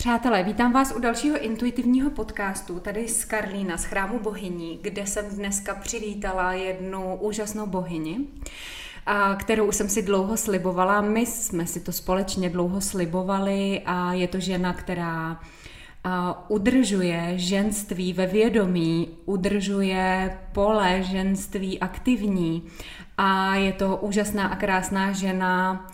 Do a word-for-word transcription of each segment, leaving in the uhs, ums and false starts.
Přátelé, vítám vás u dalšího intuitivního podcastu, tady z Karlína, z Chrámu bohyní, kde jsem dneska přivítala jednu úžasnou bohyni, kterou už jsem si dlouho slibovala. My jsme si to společně dlouho slibovali a je to žena, která udržuje ženství ve vědomí, udržuje pole ženství aktivní a je to úžasná a krásná žena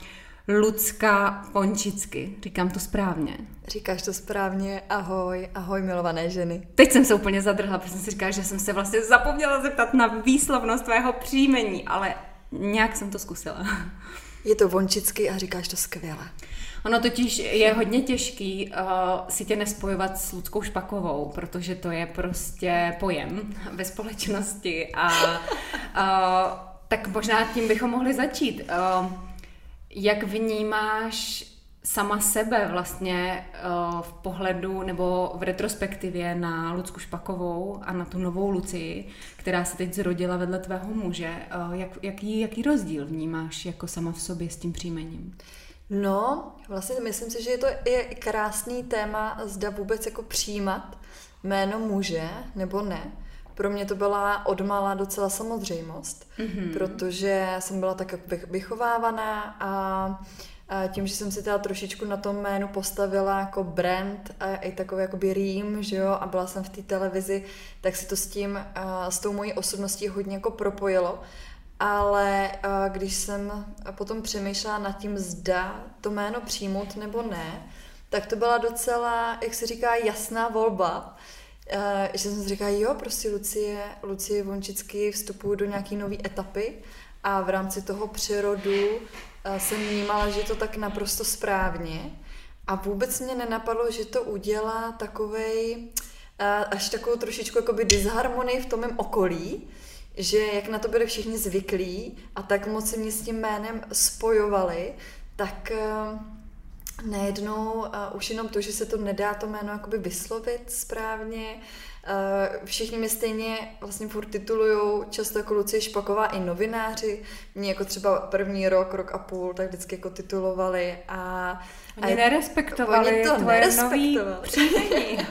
Lucka Vončicky. Říkám to správně? Říkáš to správně. Ahoj, ahoj milované ženy. Teď jsem se úplně zadrhla, protože jsem si říkala, že jsem se vlastně zapomněla zeptat na výslovnost tvého příjmení, ale nějak jsem to zkusila. Je to Vončicky a říkáš to skvěle. Ono totiž je hodně těžký uh, si tě nespojovat s Luckou Špakovou, protože to je prostě pojem ve společnosti a uh, tak možná tím bychom mohli začít. Uh, jak vnímáš sama sebe vlastně uh, v pohledu nebo v retrospektivě na Lucku Špakovou a na tu novou Lucii, která se teď zrodila vedle tvého muže? Uh, jak, jaký, jaký rozdíl vnímáš jako sama v sobě s tím příjmením? No, vlastně myslím si, že je to je krásný téma, zda vůbec jako přijímat jméno muže nebo ne. Pro mě to byla odmala docela samozřejmost, mm-hmm. protože jsem byla tak vychovávaná a, a tím, že jsem si teda trošičku na tom jménu postavila jako brand a i takový jakoby rým, že jo, a byla jsem v té televizi, tak si to s tím, s tou mojí osobností hodně jako propojilo. Ale když jsem potom přemýšlela nad tím, zda to jméno přijmout nebo ne, tak to byla docela, jak se říká, jasná volba. Že jsem si říkala, jo, prostě Lucie, Lucie Vončicky vstupuju do nějaký nový etapy a v rámci toho přerodu jsem vnímala, že je to tak naprosto správně a vůbec mě nenapadlo, že to udělá takovej, až takovou trošičku jakoby disharmonii v tom mém okolí, že jak na to byli všichni zvyklí a tak moc se mě s tím jménem spojovali, tak uh, najednou uh, už jenom to, že se to nedá to jméno jakoby vyslovit správně. Uh, všichni mi stejně vlastně furt titulujou často jako Lucie Špaková i novináři. Mě jako třeba první rok, rok a půl, tak vždycky jako titulovali a... Oni a, nerespektovali oni to tvoje nerespektovali. nový příjmení.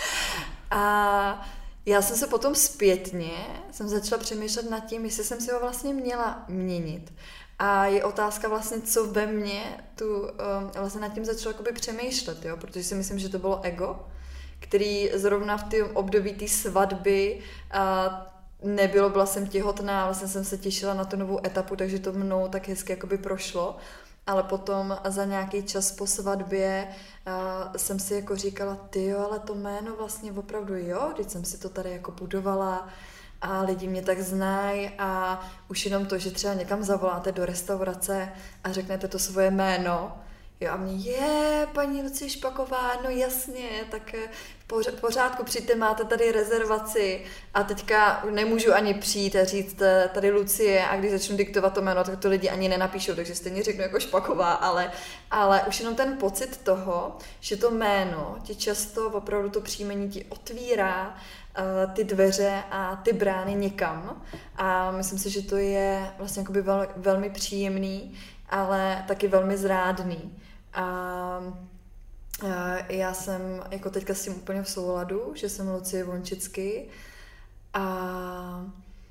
A já jsem se potom zpětně, jsem začala přemýšlet nad tím, jestli jsem si ho vlastně měla měnit. A je otázka vlastně, co ve mně tu um, vlastně nad tím začala jakoby přemýšlet, jo? Protože si myslím, že to bylo ego, který zrovna v tom období té svatby a nebylo, byla jsem těhotná, vlastně jsem se těšila na tu novou etapu, takže to mnou tak hezky jakoby prošlo. Ale potom za nějaký čas po svatbě uh, jsem si jako říkala, tyjo, ale to jméno vlastně opravdu jo, když jsem si to tady jako budovala a lidi mě tak znají a už jenom to, že třeba někam zavoláte do restaurace a řeknete to svoje jméno, jo, a mě je, paní Lucie Špaková, no jasně, tak v pořádku, přijďte, máte tady rezervaci a teďka nemůžu ani přijít a říct tady Lucie a když začnu diktovat to jméno, tak to lidi ani nenapíšou, takže stejně řeknu jako Špaková, ale, ale už jenom ten pocit toho, že to jméno ti často opravdu to příjmení ti otvírá uh, ty dveře a ty brány někam a myslím si, že to je vlastně jakoby vel, velmi příjemný, ale taky velmi zrádný. A já jsem jako teďka s tím úplně v souladu, že jsem Lucie Vončicky, a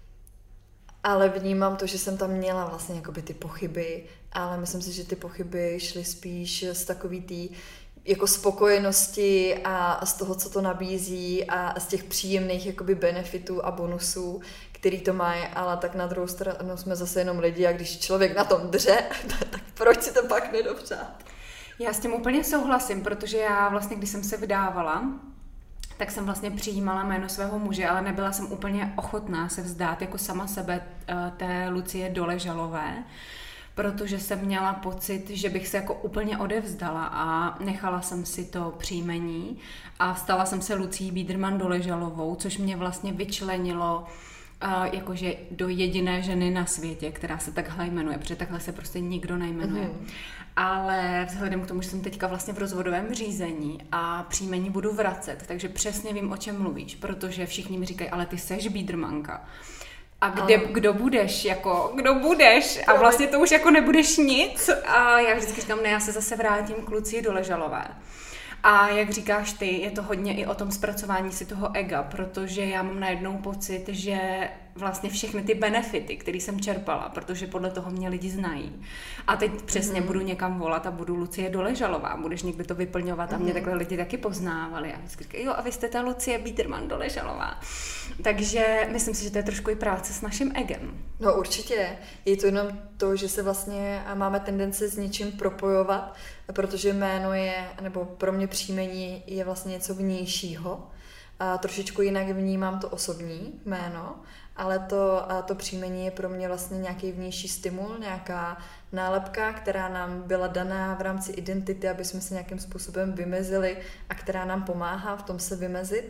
ale vnímám to, že jsem tam měla vlastně jakoby ty pochyby, ale myslím si, že ty pochyby šly spíš z takový tý jako spokojenosti a z toho, co to nabízí a z těch příjemných jakoby benefitů a bonusů, který to mají, ale tak na druhou stranu jsme zase jenom lidi a když člověk na tom dře, tak proč si to pak nedopřát? Já s tím úplně souhlasím, protože já vlastně, když jsem se vydávala, tak jsem vlastně přijímala jméno svého muže, ale nebyla jsem úplně ochotná se vzdát jako sama sebe té Lucie Doležalové, protože jsem měla pocit, že bych se jako úplně odevzdala a nechala jsem si to příjmení a stala jsem se Lucií Biedermann Doležalovou, což mě vlastně vyčlenilo uh, jakože do jediné ženy na světě, která se takhle jmenuje, protože takhle se prostě nikdo nejmenuje. Mm. Ale vzhledem k tomu, že jsem teďka vlastně v rozvodovém řízení a příjmení budu vracet, takže přesně vím, o čem mluvíš, protože všichni mi říkají, ale ty seš Biedermanka. A kde, kdo budeš, jako, kdo budeš? A vlastně to už jako nebudeš nic. A já vždycky říkám, ne, já se zase vrátím k Lucii Doležalové. A jak říkáš ty, je to hodně i o tom zpracování si toho ega, protože já mám najednou pocit, že vlastně všechny ty benefity, které jsem čerpala, protože podle toho mě lidi znají. A teď přesně mm. budu někam volat a budu Lucie Doležalová, budeš někdy to vyplňovat a mě mm. takhle lidi taky poznávali. A vždycky říkají, jo, a vy jste ta Lucie Biedermann Doležalová. Takže myslím si, že to je trošku i práce s naším egem. No určitě. Je to jenom to, že se vlastně máme tendence s něčím propojovat, protože jméno je, nebo pro mě příjmení je vlastně něco vnějšího. A trošičku jinak vnímám to osobní jméno, ale to, a to příjmení je pro mě vlastně nějaký vnější stimul, nějaká nálepka, která nám byla daná v rámci identity, aby jsme se nějakým způsobem vymezili a která nám pomáhá v tom se vymezit,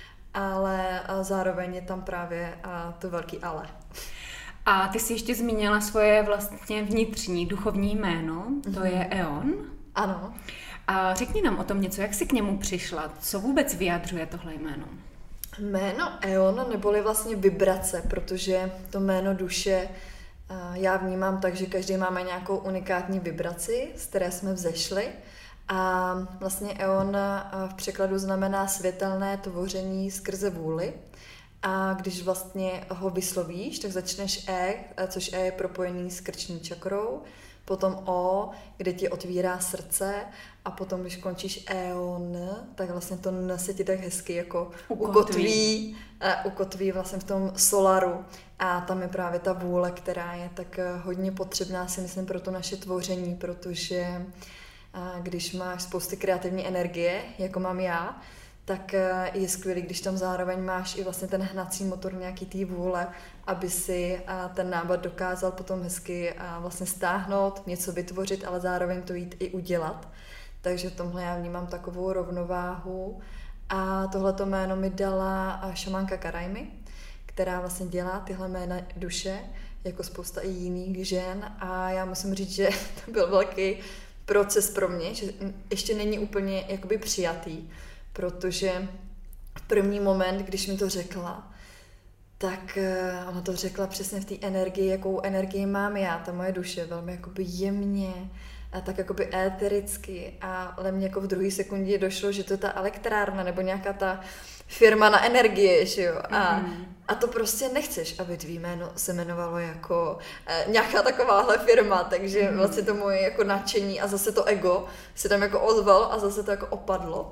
ale zároveň je tam právě to velký ale. A ty jsi ještě zmínila svoje vlastně vnitřní duchovní jméno, to mm-hmm. je Eon. Ano. A řekni nám o tom něco, jak jsi k němu přišla, co vůbec vyjadřuje tohle jméno? Jméno Eon neboli vlastně vibrace, protože to jméno duše já vnímám tak, že každý máme nějakou unikátní vibraci, z které jsme vzešli. A vlastně Eon v překladu znamená světelné tvoření skrze vůli. A když vlastně ho vyslovíš, tak začneš E, což E je propojený s krční čakrou, potom O, kde ti otvírá srdce a potom, když končíš Eon, tak vlastně to N se ti tak hezky jako ukotví, ukotví, ukotví vlastně v tom solaru a tam je právě ta vůle, která je tak hodně potřebná, si myslím, pro to naše tvoření, protože když máš spousty kreativní energie, jako mám já, tak je skvělý, když tam zároveň máš i vlastně ten hnací motor nějaký té vůle, aby si ten nápad dokázal potom hezky vlastně stáhnout, něco vytvořit, ale zároveň to jít i udělat. Takže v tomhle já vnímám takovou rovnováhu. A tohleto jméno mi dala šamanka Karaimi, která vlastně dělá tyhle jména duše, jako spousta i jiných žen. A já musím říct, že to byl velký proces pro mě, že ještě není úplně jakoby přijatý, protože v první moment, když mi to řekla, tak ona to řekla přesně v té energii, jakou energii mám já, ta moje duše, velmi jakoby jemně, a tak jakoby étericky, ale mě jako v druhé sekundě došlo, že to je ta elektrárna nebo nějaká ta firma na energie, že jo, a, mm. a to prostě nechceš, aby tvý jméno se jmenovalo jako eh, nějaká takováhle firma, takže mm. vlastně to moje jako nadšení a zase to ego se tam jako ozval a zase to jako opadlo.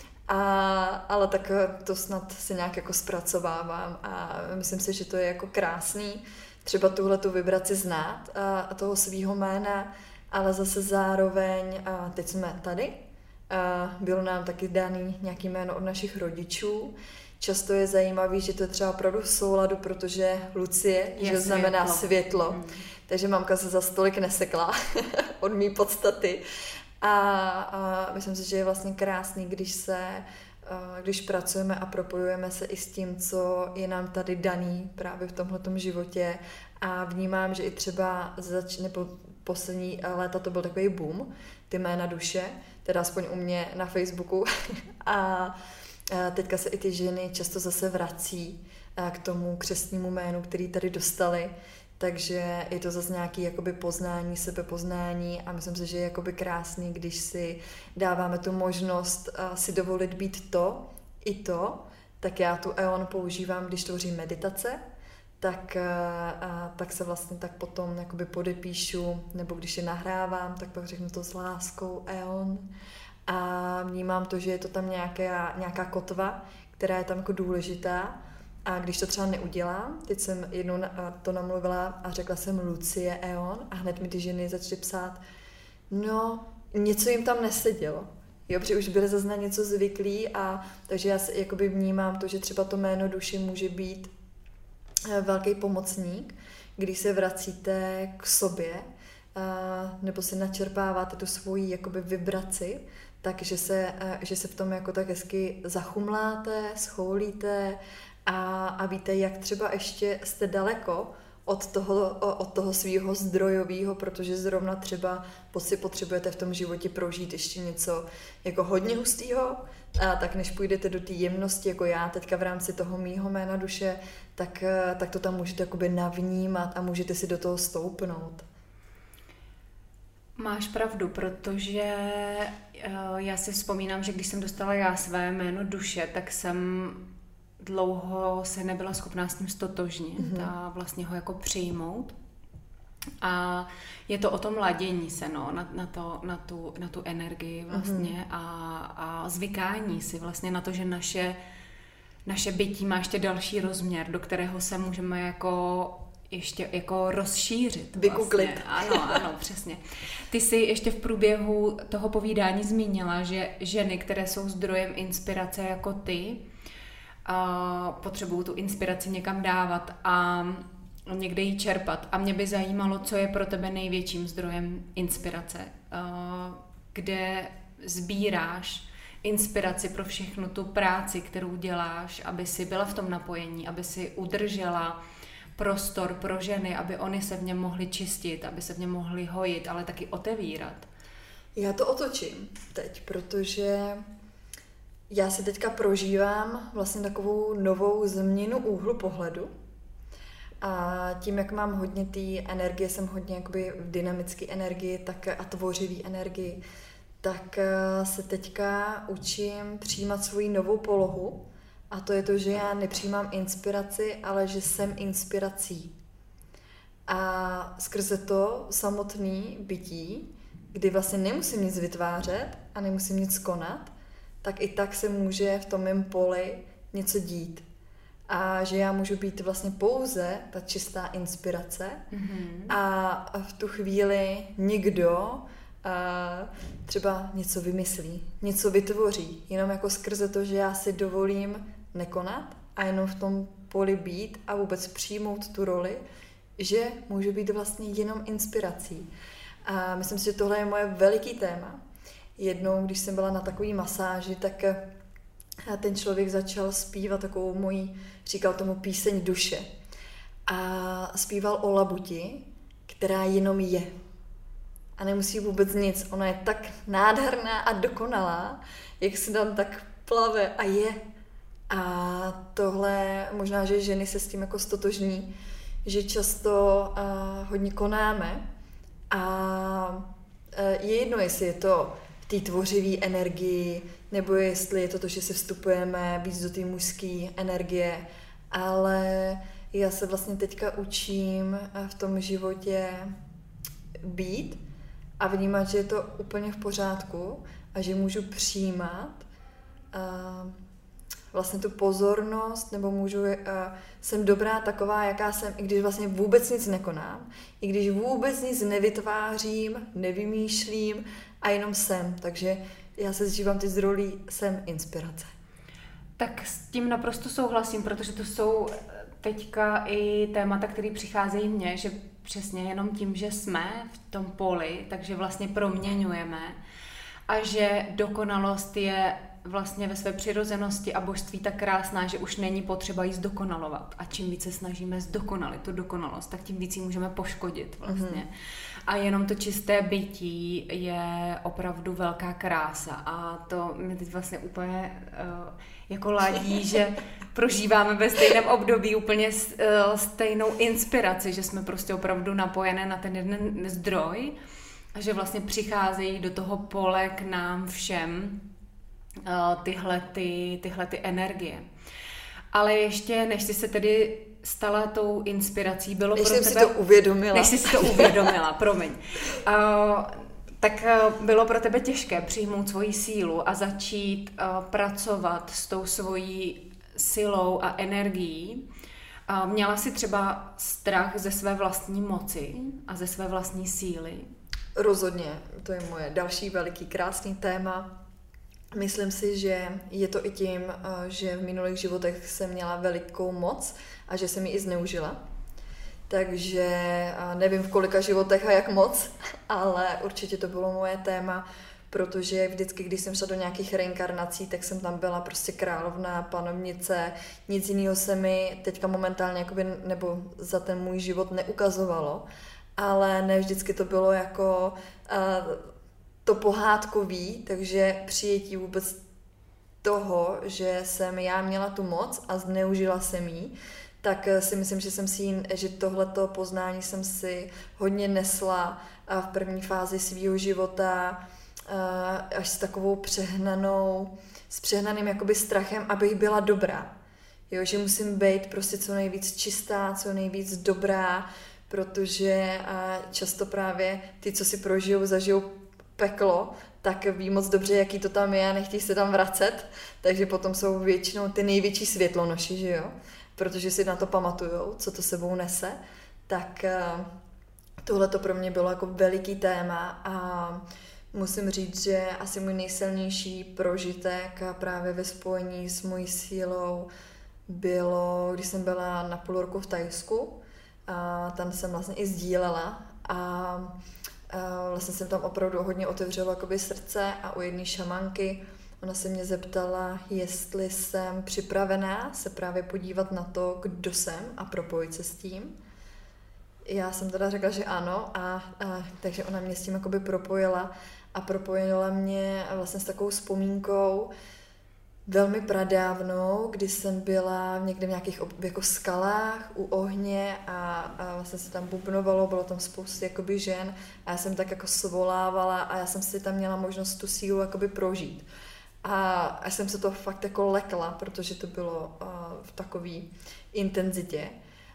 A, ale tak to snad se nějak jako zpracovávám a myslím si, že to je jako krásný třeba tuhle tu vibraci znát a, a toho svýho jména, ale zase zároveň, a teď jsme tady, a bylo nám taky daný nějaký jméno od našich rodičů. Často je zajímavý, že to je třeba opravdu v souladu, protože Lucie, je že znamená světlo. světlo. Hmm. Takže mamka se za stolik nesekla od mý podstaty. A, a myslím si, že je vlastně krásný, když se, když pracujeme a propojujeme se i s tím, co je nám tady daný právě v tomhletom životě. A vnímám, že i třeba zač, nebo poslední léta to byl takový boom, ty jména duše, teda aspoň u mě na Facebooku. A teďka se i ty ženy často zase vrací k tomu křestnímu jménu, který tady dostali. Takže je to zase nějaké jakoby poznání, sebepoznání a myslím si, že je jakoby krásný, když si dáváme tu možnost uh, si dovolit být to i to, tak já tu Eon používám, když tvořím meditace, tak, uh, uh, tak se vlastně tak potom jakoby podepíšu, nebo když je nahrávám, tak pak řeknu to s láskou Eon a vnímám to, že je to tam nějaká, nějaká kotva, která je tam jako důležitá. A když to třeba neudělám, teď jsem jednou to namluvila a řekla jsem Lucie Eon a hned mi ty ženy začaly psát, no, něco jim tam nesedělo. Jo, protože už byly zase na něco zvyklí a takže já si jakoby vnímám to, že třeba to jméno duši může být velký pomocník, když se vracíte k sobě nebo si načerpáváte tu svoji jakoby vibraci, takže se, že se v tom jako tak hezky zachumláte, schoulíte, A, a víte, jak třeba ještě jste daleko od toho, od toho svého zdrojového, protože zrovna třeba si potřebujete v tom životě prožít ještě něco jako hodně hustýho, a tak než půjdete do té jemnosti, jako já teďka v rámci toho mýho jména duše, tak, tak to tam můžete jakoby navnímat a můžete si do toho stoupnout. Máš pravdu, protože uh, já si vzpomínám, že když jsem dostala já své jméno duše, tak jsem dlouho se nebyla schopná s tím stotožnit mm-hmm. a vlastně ho jako přijmout. A je to o tom ladění se no, na, na, to, na, tu, na tu energii vlastně mm-hmm. a, a zvykání si vlastně na to, že naše, naše bytí má ještě další rozměr, do kterého se můžeme jako ještě jako rozšířit. Vykuklit. Vlastně. Ano, ano, přesně. Ty jsi ještě v průběhu toho povídání zmínila, že ženy, které jsou zdrojem inspirace jako ty, a potřebují tu inspiraci někam dávat a někde ji čerpat. A mě by zajímalo, co je pro tebe největším zdrojem inspirace. Kde sbíráš inspiraci pro všechnu tu práci, kterou děláš, aby si byla v tom napojení, aby si udržela prostor pro ženy, aby oni se v něm mohli čistit, aby se v něm mohli hojit, ale taky otevírat. Já to otočím teď, protože já si teďka prožívám vlastně takovou novou změnu úhlu pohledu. A tím, jak mám hodně té energie, jsem hodně jakoby v dynamické energii tak a tvořivý energii, tak se teďka učím přijímat svoji novou polohu. A to je to, že já nepřijímám inspiraci, ale že jsem inspirací. A skrze to samotný bytí, kdy vlastně nemusím nic vytvářet a nemusím nic konat, tak i tak se může v tom mém poli něco dít. A že já můžu být vlastně pouze ta čistá inspirace mm-hmm. a v tu chvíli někdo a třeba něco vymyslí, něco vytvoří, jenom jako skrze to, že já si dovolím nekonat a jenom v tom poli být a vůbec přijmout tu roli, že můžu být vlastně jenom inspirací. A myslím si, že tohle je moje veliký téma. Jednou, když jsem byla na takové masáži, tak ten člověk začal zpívat takovou mojí, říkal tomu píseň duše. A zpíval o labuti, která jenom je. A nemusí vůbec nic. Ona je tak nádherná a dokonalá, jak se tam tak plave a je. A tohle, možná, že ženy se s tím jako stotožní, že často uh, hodně konáme a uh, je jedno, jestli je to v té tvořivé energii, nebo jestli je to to, že se vstupujeme víc do té mužské energie, ale já se vlastně teďka učím v tom životě být a vnímat, že je to úplně v pořádku a že můžu přijímat uh, vlastně tu pozornost, nebo můžu, uh, jsem dobrá taková, jaká jsem, i když vlastně vůbec nic nekonám, i když vůbec nic nevytvářím, nevymýšlím a jenom jsem. Takže já se zžívám ty z rolí, jsem inspirace. Tak s tím naprosto souhlasím, protože to jsou teďka i témata, které přicházejí mně, že přesně jenom tím, že jsme v tom poli, takže vlastně proměňujeme a že dokonalost je vlastně ve své přirozenosti a božství tak krásná, že už není potřeba jí zdokonalovat. A čím více snažíme zdokonalit tu dokonalost, tak tím víc ji můžeme poškodit vlastně. Mm-hmm. A jenom to čisté bytí je opravdu velká krása. A to mě teď vlastně úplně uh, jako ladí, že prožíváme ve stejném období úplně uh, stejnou inspiraci, že jsme prostě opravdu napojené na ten jeden zdroj a že vlastně přicházejí do toho pole k nám všem uh, tyhle, ty, tyhle ty energie. Ale ještě, než jsi se tedy stala tou inspirací, bylo než pro jsem tebe... si to uvědomila. Než jsi si to uvědomila, promiň. Uh, tak uh, bylo pro tebe těžké přijmout svoji sílu a začít uh, pracovat s tou svojí silou a energií. Uh, měla jsi třeba strach ze své vlastní moci a ze své vlastní síly? Rozhodně, to je moje další veliký krásný téma. Myslím si, že je to i tím, že v minulých životech jsem měla velikou moc a že jsem ji i zneužila. Takže nevím v kolika životech a jak moc, ale určitě to bylo moje téma, protože vždycky, když jsem šla do nějakých reinkarnací, tak jsem tam byla prostě královna, panovnice, nic jiného se mi teďka momentálně jakoby, nebo za ten můj život neukazovalo, ale ne vždycky to bylo jako... Uh, to pohádkový, takže přijetí vůbec toho, že jsem já měla tu moc a zneužila jsem jí, tak si myslím, že jsem si, že tohleto poznání jsem si hodně nesla v první fázi svýho života, až s takovou přehnanou, s přehnaným jakoby strachem, abych byla dobrá. Jo, že musím být prostě co nejvíc čistá, co nejvíc dobrá, protože často právě ty, co si prožijou, zažijou peklo, tak ví moc dobře, jaký to tam je a nechtějí se tam vracet, takže potom jsou většinou ty největší světlonoši, že jo, protože si na to pamatujou, co to sebou nese, tak tohle to pro mě bylo jako veliký téma a musím říct, že asi můj nejsilnější prožitek právě ve spojení s mojí sílou bylo, když jsem byla na půl roku v Thajsku, a tam jsem vlastně i sdílela a, a vlastně jsem tam opravdu hodně otevřela jakoby srdce a u jedné šamanky ona se mě zeptala, jestli jsem připravená se právě podívat na to, kdo jsem a propojit se s tím. Já jsem teda řekla, že ano, a, a takže ona mě s tím jakoby propojila a propojila mě vlastně s takovou vzpomínkou velmi pradávnou, kdy jsem byla někde v nějakých jako skalách u ohně a, a vlastně se tam bubnovalo, bylo tam spousty jakoby žen a já jsem tak jako svolávala a já jsem si tam měla možnost tu sílu jakoby prožít. A až jsem se to fakt jako lekla, protože to bylo uh, v takové intenzitě.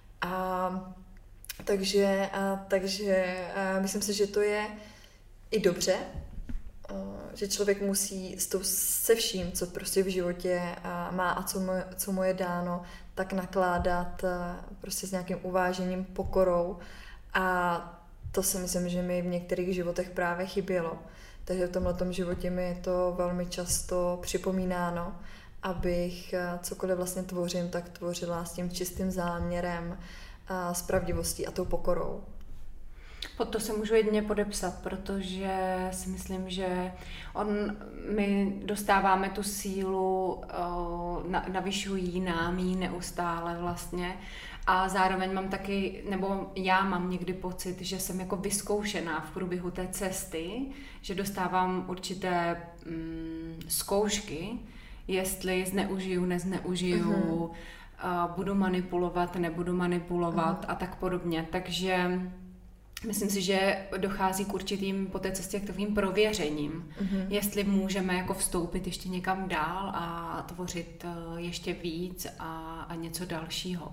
A takže, a, takže a myslím si, že to je i dobře, a, že člověk musí s tou, se vším, co prostě v životě a, má a co mu, co mu je dáno, tak nakládat a, prostě s nějakým uvážením, pokorou. A to si myslím, že mi v některých životech právě chybělo. Takže v tomhletom životě mi je to velmi často připomínáno, abych cokoliv vlastně tvořím, tak tvořila s tím čistým záměrem, a s pravdivostí a tou pokorou. Pod to se můžu jedině podepsat, protože si myslím, že on, my dostáváme tu sílu, navyšují nám ji neustále vlastně a zároveň mám taky, nebo já mám někdy pocit, že jsem jako vyzkoušená v průběhu té cesty, že dostávám určité mm, zkoušky, jestli zneužiju, nezneužiju, uh-huh. budu manipulovat, nebudu manipulovat uh-huh. a tak podobně. Takže myslím si, že dochází k určitým po té cestě k takovým prověřením, uh-huh. jestli můžeme jako vstoupit ještě někam dál a tvořit ještě víc a, a něco dalšího.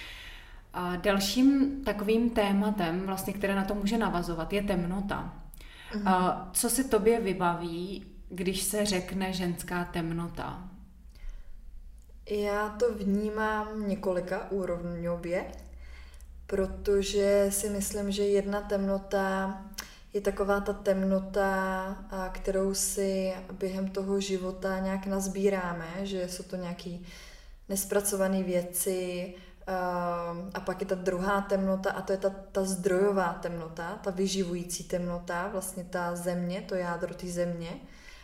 A dalším takovým tématem, vlastně, které na to může navazovat, je temnota. Uh-huh. A co se tobě vybaví, když se řekne ženská temnota? Já to vnímám několika úrovňově, protože si myslím, že jedna temnota je taková ta temnota, kterou si během toho života nějak nazbíráme, že jsou to nějaké nespracované věci, a pak je ta druhá temnota a to je ta, ta zdrojová temnota, ta vyživující temnota, vlastně ta země, to jádro té země.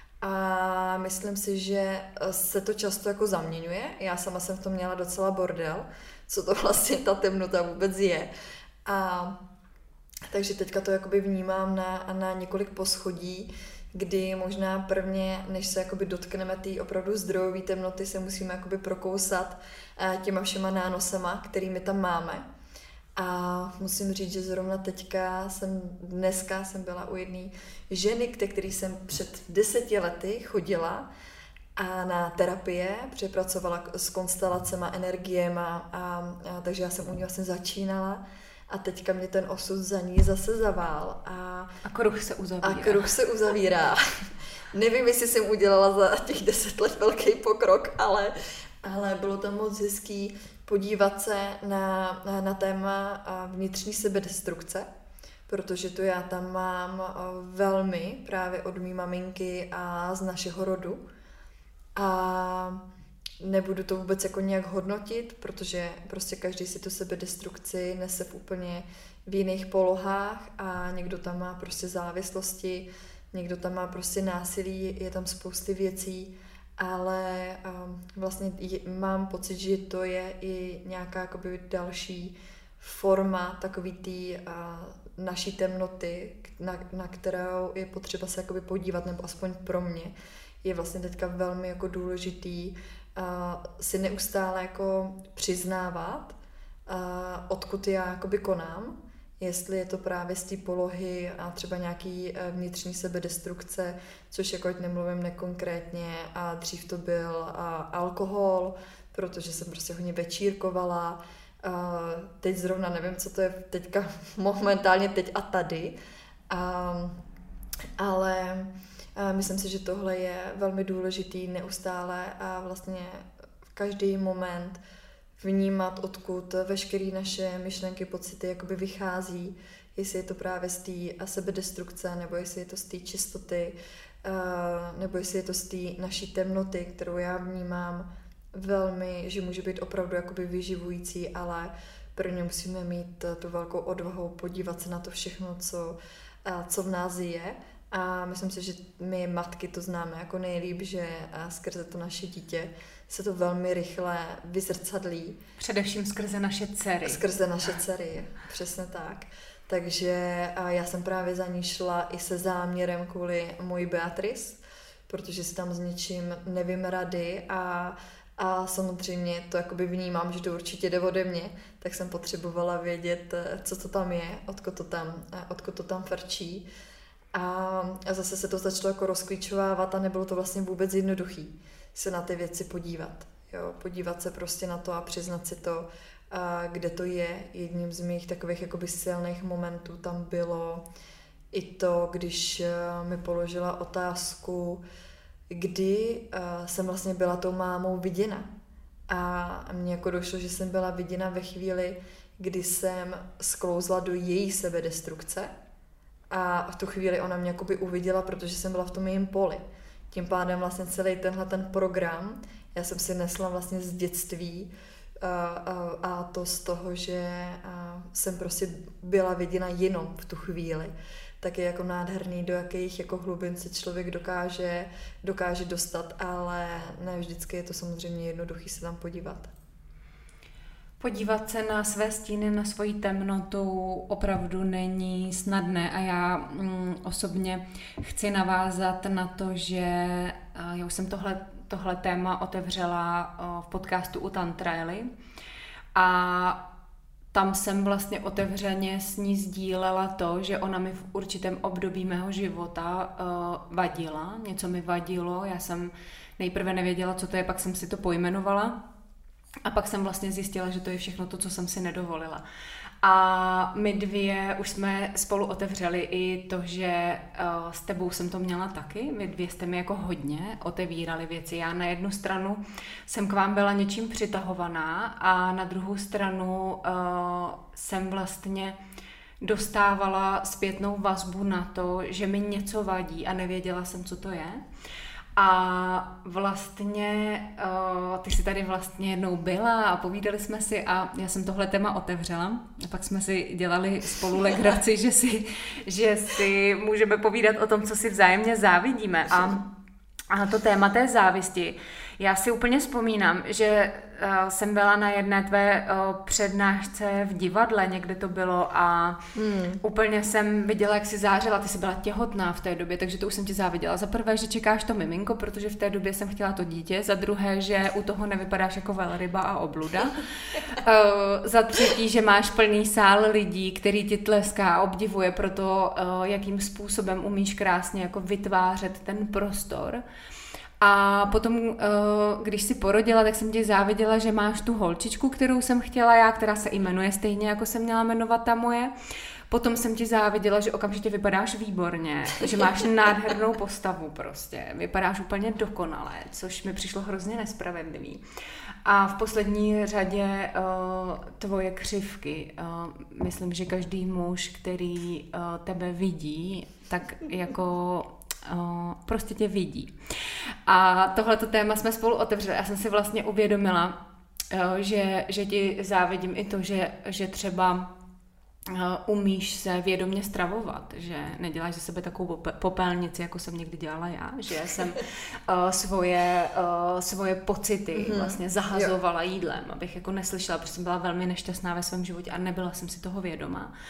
A myslím si, že se to často jako zaměňuje. Já sama jsem v tom měla docela bordel, co to vlastně ta temnota vůbec je. A takže teďka to jakoby vnímám na, na několik poschodí, kdy možná prvně, než se jakoby dotkneme té opravdu zdrojové temnoty, se musíme jakoby prokousat těma všema nánosama, kterými tam máme. A musím říct, že zrovna teďka jsem, dneska jsem byla u jedné ženy, který jsem před deseti lety chodila a na terapie, přepracovala s konstelacema, energiema, a, a, takže já jsem u ní vlastně začínala a teďka mě ten osud za ní zase zavál. A, a kruh se uzavírá. A kruh se uzavírá. Nevím, jestli jsem udělala za těch deset let velký pokrok, ale, ale bylo tam moc hezký podívat se na, na, na téma vnitřní sebedestrukce, protože to já tam mám velmi právě od mý maminky a z našeho rodu. A nebudu to vůbec jako nějak hodnotit, protože prostě každý si tu sebedestrukci nese v úplně v jiných polohách a někdo tam má prostě závislosti, někdo tam má prostě násilí, je tam spousty věcí, ale um, vlastně je, mám pocit, že to je i nějaká jakoby další forma takový té uh, naší temnoty, na, na kterou je potřeba se jakoby podívat, nebo aspoň pro mě je vlastně teďka velmi jako důležitý uh, si neustále jako přiznávat, odkud já jakoby konám, jestli je to právě z té polohy a třeba nějaký vnitřní sebedestrukce, což jako ať nemluvím nekonkrétně, a dřív to byl alkohol, protože jsem prostě hodně večírkovala. Teď zrovna nevím, co to je teďka momentálně teď a tady, ale myslím si, že tohle je velmi důležitý neustále a vlastně v každý moment vnímat, odkud veškeré naše myšlenky, pocity jakoby vychází, jestli je to právě z té sebedestrukce, nebo jestli je to z té čistoty, nebo jestli je to z té naší temnoty, kterou já vnímám velmi, že může být opravdu jakoby vyživující, ale pro ně musíme mít tu velkou odvahu podívat se na to všechno, co, co v nás je. A myslím si, že my matky to známe jako nejlíp, že skrze to naše dítě se to velmi rychle vyzrcadlí. Především skrze naše dcery. Skrze naše dcery, přesně tak. Takže já jsem právě za ní šla i se záměrem kvůli mojí Beatrice, protože si tam s něčím nevím rady a, a samozřejmě to jakoby vnímám, že to určitě jde ode mě, tak jsem potřebovala vědět, co to tam je, odkud to tam, odkud to tam frčí. A, a zase se to začalo jako rozklíčovávat a nebylo to vlastně vůbec jednoduchý se na ty věci podívat. Jo, podívat se prostě na to a přiznat si to, a kde to je. Jedním z mých takových jakoby silných momentů tam bylo i to, když mi položila otázku, kdy jsem vlastně byla tou mámou viděna. A mně jako došlo, že jsem byla viděna ve chvíli, kdy jsem sklouzla do její sebedestrukce a v tu chvíli ona mě jakoby uviděla, protože jsem byla v tom jejím poli. Tím pádem vlastně celý tenhle ten program já jsem si nesla vlastně z dětství a, a, a to z toho, že jsem prostě byla viděna jenom v tu chvíli. Tak je jako nádherný, do jakých jako hlubin se člověk dokáže, dokáže dostat, ale ne vždycky je to samozřejmě jednoduchý se tam podívat. Podívat se na své stíny, na svoji temnotu opravdu není snadné a já mm, osobně chci navázat na to, že já už jsem tohle, tohle téma otevřela v podcastu u Tantraily a tam jsem vlastně otevřeně s ní sdílela to, že ona mi v určitém období mého života uh, vadila, něco mi vadilo, já jsem nejprve nevěděla, co to je, pak jsem si to pojmenovala a pak jsem vlastně zjistila, že to je všechno to, co jsem si nedovolila. A my dvě už jsme spolu otevřeli i to, že uh, s tebou jsem to měla taky. Vy dvě jste mi jako hodně otevírali věci. Já na jednu stranu jsem k vám byla něčím přitahovaná a na druhou stranu uh, jsem vlastně dostávala zpětnou vazbu na to, že mi něco vadí a nevěděla jsem, co to je. A vlastně uh, ty jsi tady vlastně jednou byla a povídali jsme si a já jsem tohle téma otevřela a pak jsme si dělali spolu legraci, že si, že si můžeme povídat o tom, co si vzájemně závidíme a, a to téma té závisti. Já si úplně vzpomínám, že uh, jsem byla na jedné tvé uh, přednášce v divadle, někde to bylo a hmm. úplně jsem viděla, jak jsi zářila, ty jsi byla těhotná v té době, takže to už jsem ti záviděla. Za prvé, že čekáš to miminko, protože v té době jsem chtěla to dítě, za druhé, že u toho nevypadáš jako velryba a obluda, uh, za třetí, že máš plný sál lidí, který ti tleská a obdivuje pro to, uh, jakým způsobem umíš krásně jako vytvářet ten prostor. A potom, když si porodila, tak jsem ti záviděla, že máš tu holčičku, kterou jsem chtěla já, která se i jmenuje stejně, jako se měla jmenovat ta moje. Potom jsem ti záviděla, že okamžitě vypadáš výborně, že máš nádhernou postavu prostě, vypadáš úplně dokonale, což mi přišlo hrozně nespravedlivý. A v poslední řadě uh, tvoje křivky. Uh, myslím, že každý muž, který uh, tebe vidí, tak jako... Uh, prostě tě vidí. A tohleto téma jsme spolu otevřeli. Já jsem si vlastně uvědomila, uh, že, že ti závidím i to, že, že třeba uh, umíš se vědomě stravovat, že neděláš ze sebe takovou popelnici, jako jsem někdy dělala já, že jsem uh, svoje, uh, svoje pocity mm-hmm. vlastně zahazovala jo. jídlem, abych jako neslyšela, protože jsem byla velmi nešťastná ve svém životě a nebyla jsem si toho vědomá.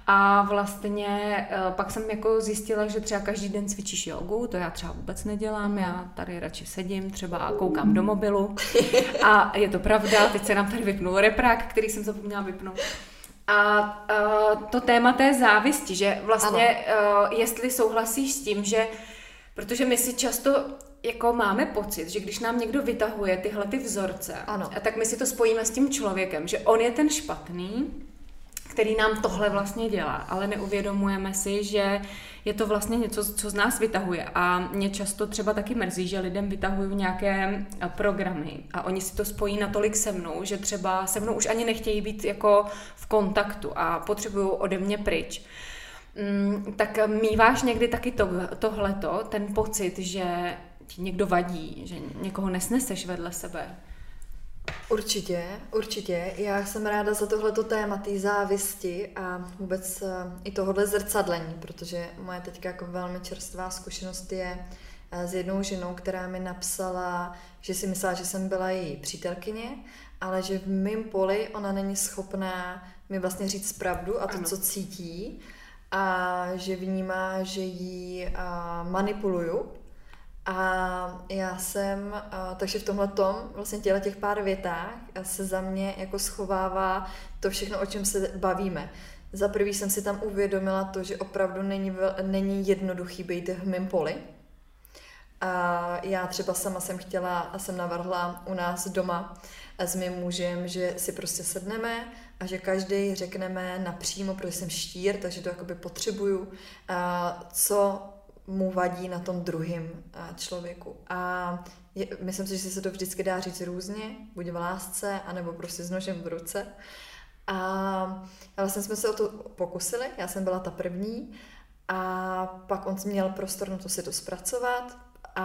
A vlastně pak jsem jako zjistila, že třeba každý den cvičíš jogu, to já třeba vůbec nedělám, já tady radši sedím třeba a koukám do mobilu a je to pravda, teď se nám tady vypnul reprák, který jsem zapomněla vypnout. A uh, to téma té závisti, že vlastně uh, jestli souhlasíš s tím, že protože my si často jako máme pocit, že když nám někdo vytahuje tyhle ty vzorce, ano. tak my si to spojíme s tím člověkem, že on je ten špatný, který nám tohle vlastně dělá, ale neuvědomujeme si, že je to vlastně něco, co z nás vytahuje. A mě často třeba taky mrzí, že lidem vytahují nějaké programy a oni si to spojí natolik se mnou, že třeba se mnou už ani nechtějí být jako v kontaktu a potřebují ode mě pryč. Mm, tak míváš někdy taky to, tohleto, ten pocit, že ti někdo vadí, že někoho nesneseš vedle sebe? Určitě, určitě. Já jsem ráda za tohleto téma té závisti a vůbec i tohohle zrcadlení, protože moje teďka jako velmi čerstvá zkušenost je s jednou ženou, která mi napsala, že si myslela, že jsem byla její přítelkyně, ale že v mém poli ona není schopná mi vlastně říct pravdu a to, ano. co cítí, a že vnímá, že ji manipuluju. A já jsem, takže v tomhletom, vlastně těle těch pár větách se za mě jako schovává to všechno, o čem se bavíme. Za prvý jsem si tam uvědomila to, že opravdu není, není jednoduchý být v mém poli. A já třeba sama jsem chtěla a jsem navrhla u nás doma s mým mužem, že si prostě sedneme a že každý řekneme napřímo, protože jsem štír, takže to jakoby potřebuju, co mu vadí na tom druhém člověku. A je, myslím si, že se to vždycky dá říct různě, buď v lásce, anebo prostě s nožem v ruce. A vlastně jsme se o to pokusili, já jsem byla ta první a pak on měl prostor na to si to zpracovat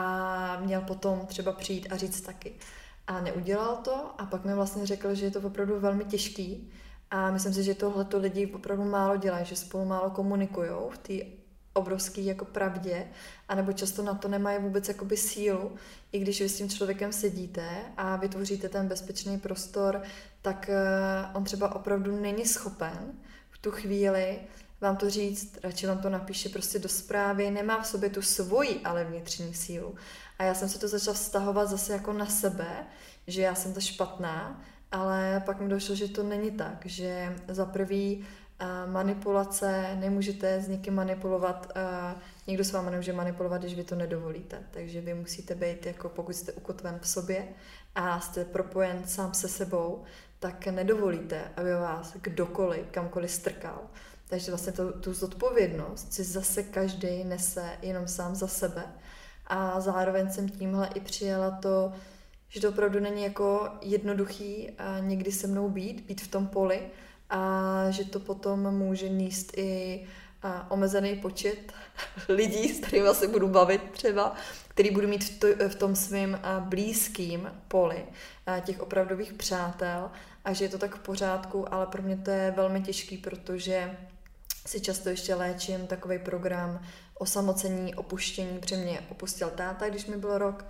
a měl potom třeba přijít a říct taky. A neudělal to a pak mi vlastně řekl, že je to opravdu velmi těžký a myslím si, že tohleto lidi opravdu málo dělají, že spolu málo komunikujou v té obrovský jako pravdě, anebo často na to nemají vůbec jakoby sílu, i když vy s tím člověkem sedíte a vytvoříte ten bezpečný prostor, tak on třeba opravdu není schopen v tu chvíli vám to říct, radši vám to napíše prostě do zprávy, nemá v sobě tu svoji, ale vnitřní sílu. A já jsem se to začala vztahovat zase jako na sebe, že já jsem ta špatná, ale pak mi došlo, že to není tak, že za prvý manipulace, nemůžete s někým manipulovat, někdo s vámi nemůže manipulovat, když vy to nedovolíte. Takže vy musíte být, jako pokud jste ukotven v sobě a jste propojen sám se sebou, tak nedovolíte, aby vás kdokoliv, kamkoliv strkal. Takže vlastně to, tu zodpovědnost si zase každý nese jenom sám za sebe. A zároveň jsem tímhle i přijala to, že to opravdu není jako jednoduchý někdy se mnou být, být v tom poli, a že to potom může níst i a, omezený počet lidí, s kterými se budu bavit třeba, který budu mít v, to, v tom svým a, blízkým poli a, těch opravdových přátel a že je to tak v pořádku, ale pro mě to je velmi těžký, protože si často ještě léčím takový program osamocení, opuštění, protože mě opustil táta, když mi byl rok.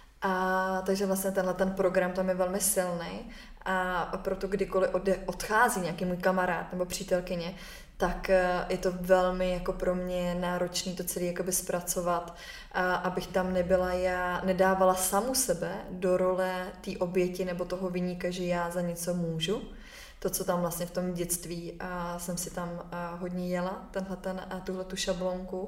A takže vlastně tenhle ten program tam je velmi silný a proto kdykoliv odchází nějaký můj kamarád nebo přítelkyně, tak je to velmi jako pro mě náročný to celé jakoby zpracovat, a abych tam nebyla já, nedávala samu sebe do role té oběti nebo toho viníka, že já za něco můžu. To, co tam vlastně v tom dětství a jsem si tam a hodně jela, tenhle ten, a tuhle tu šablonku,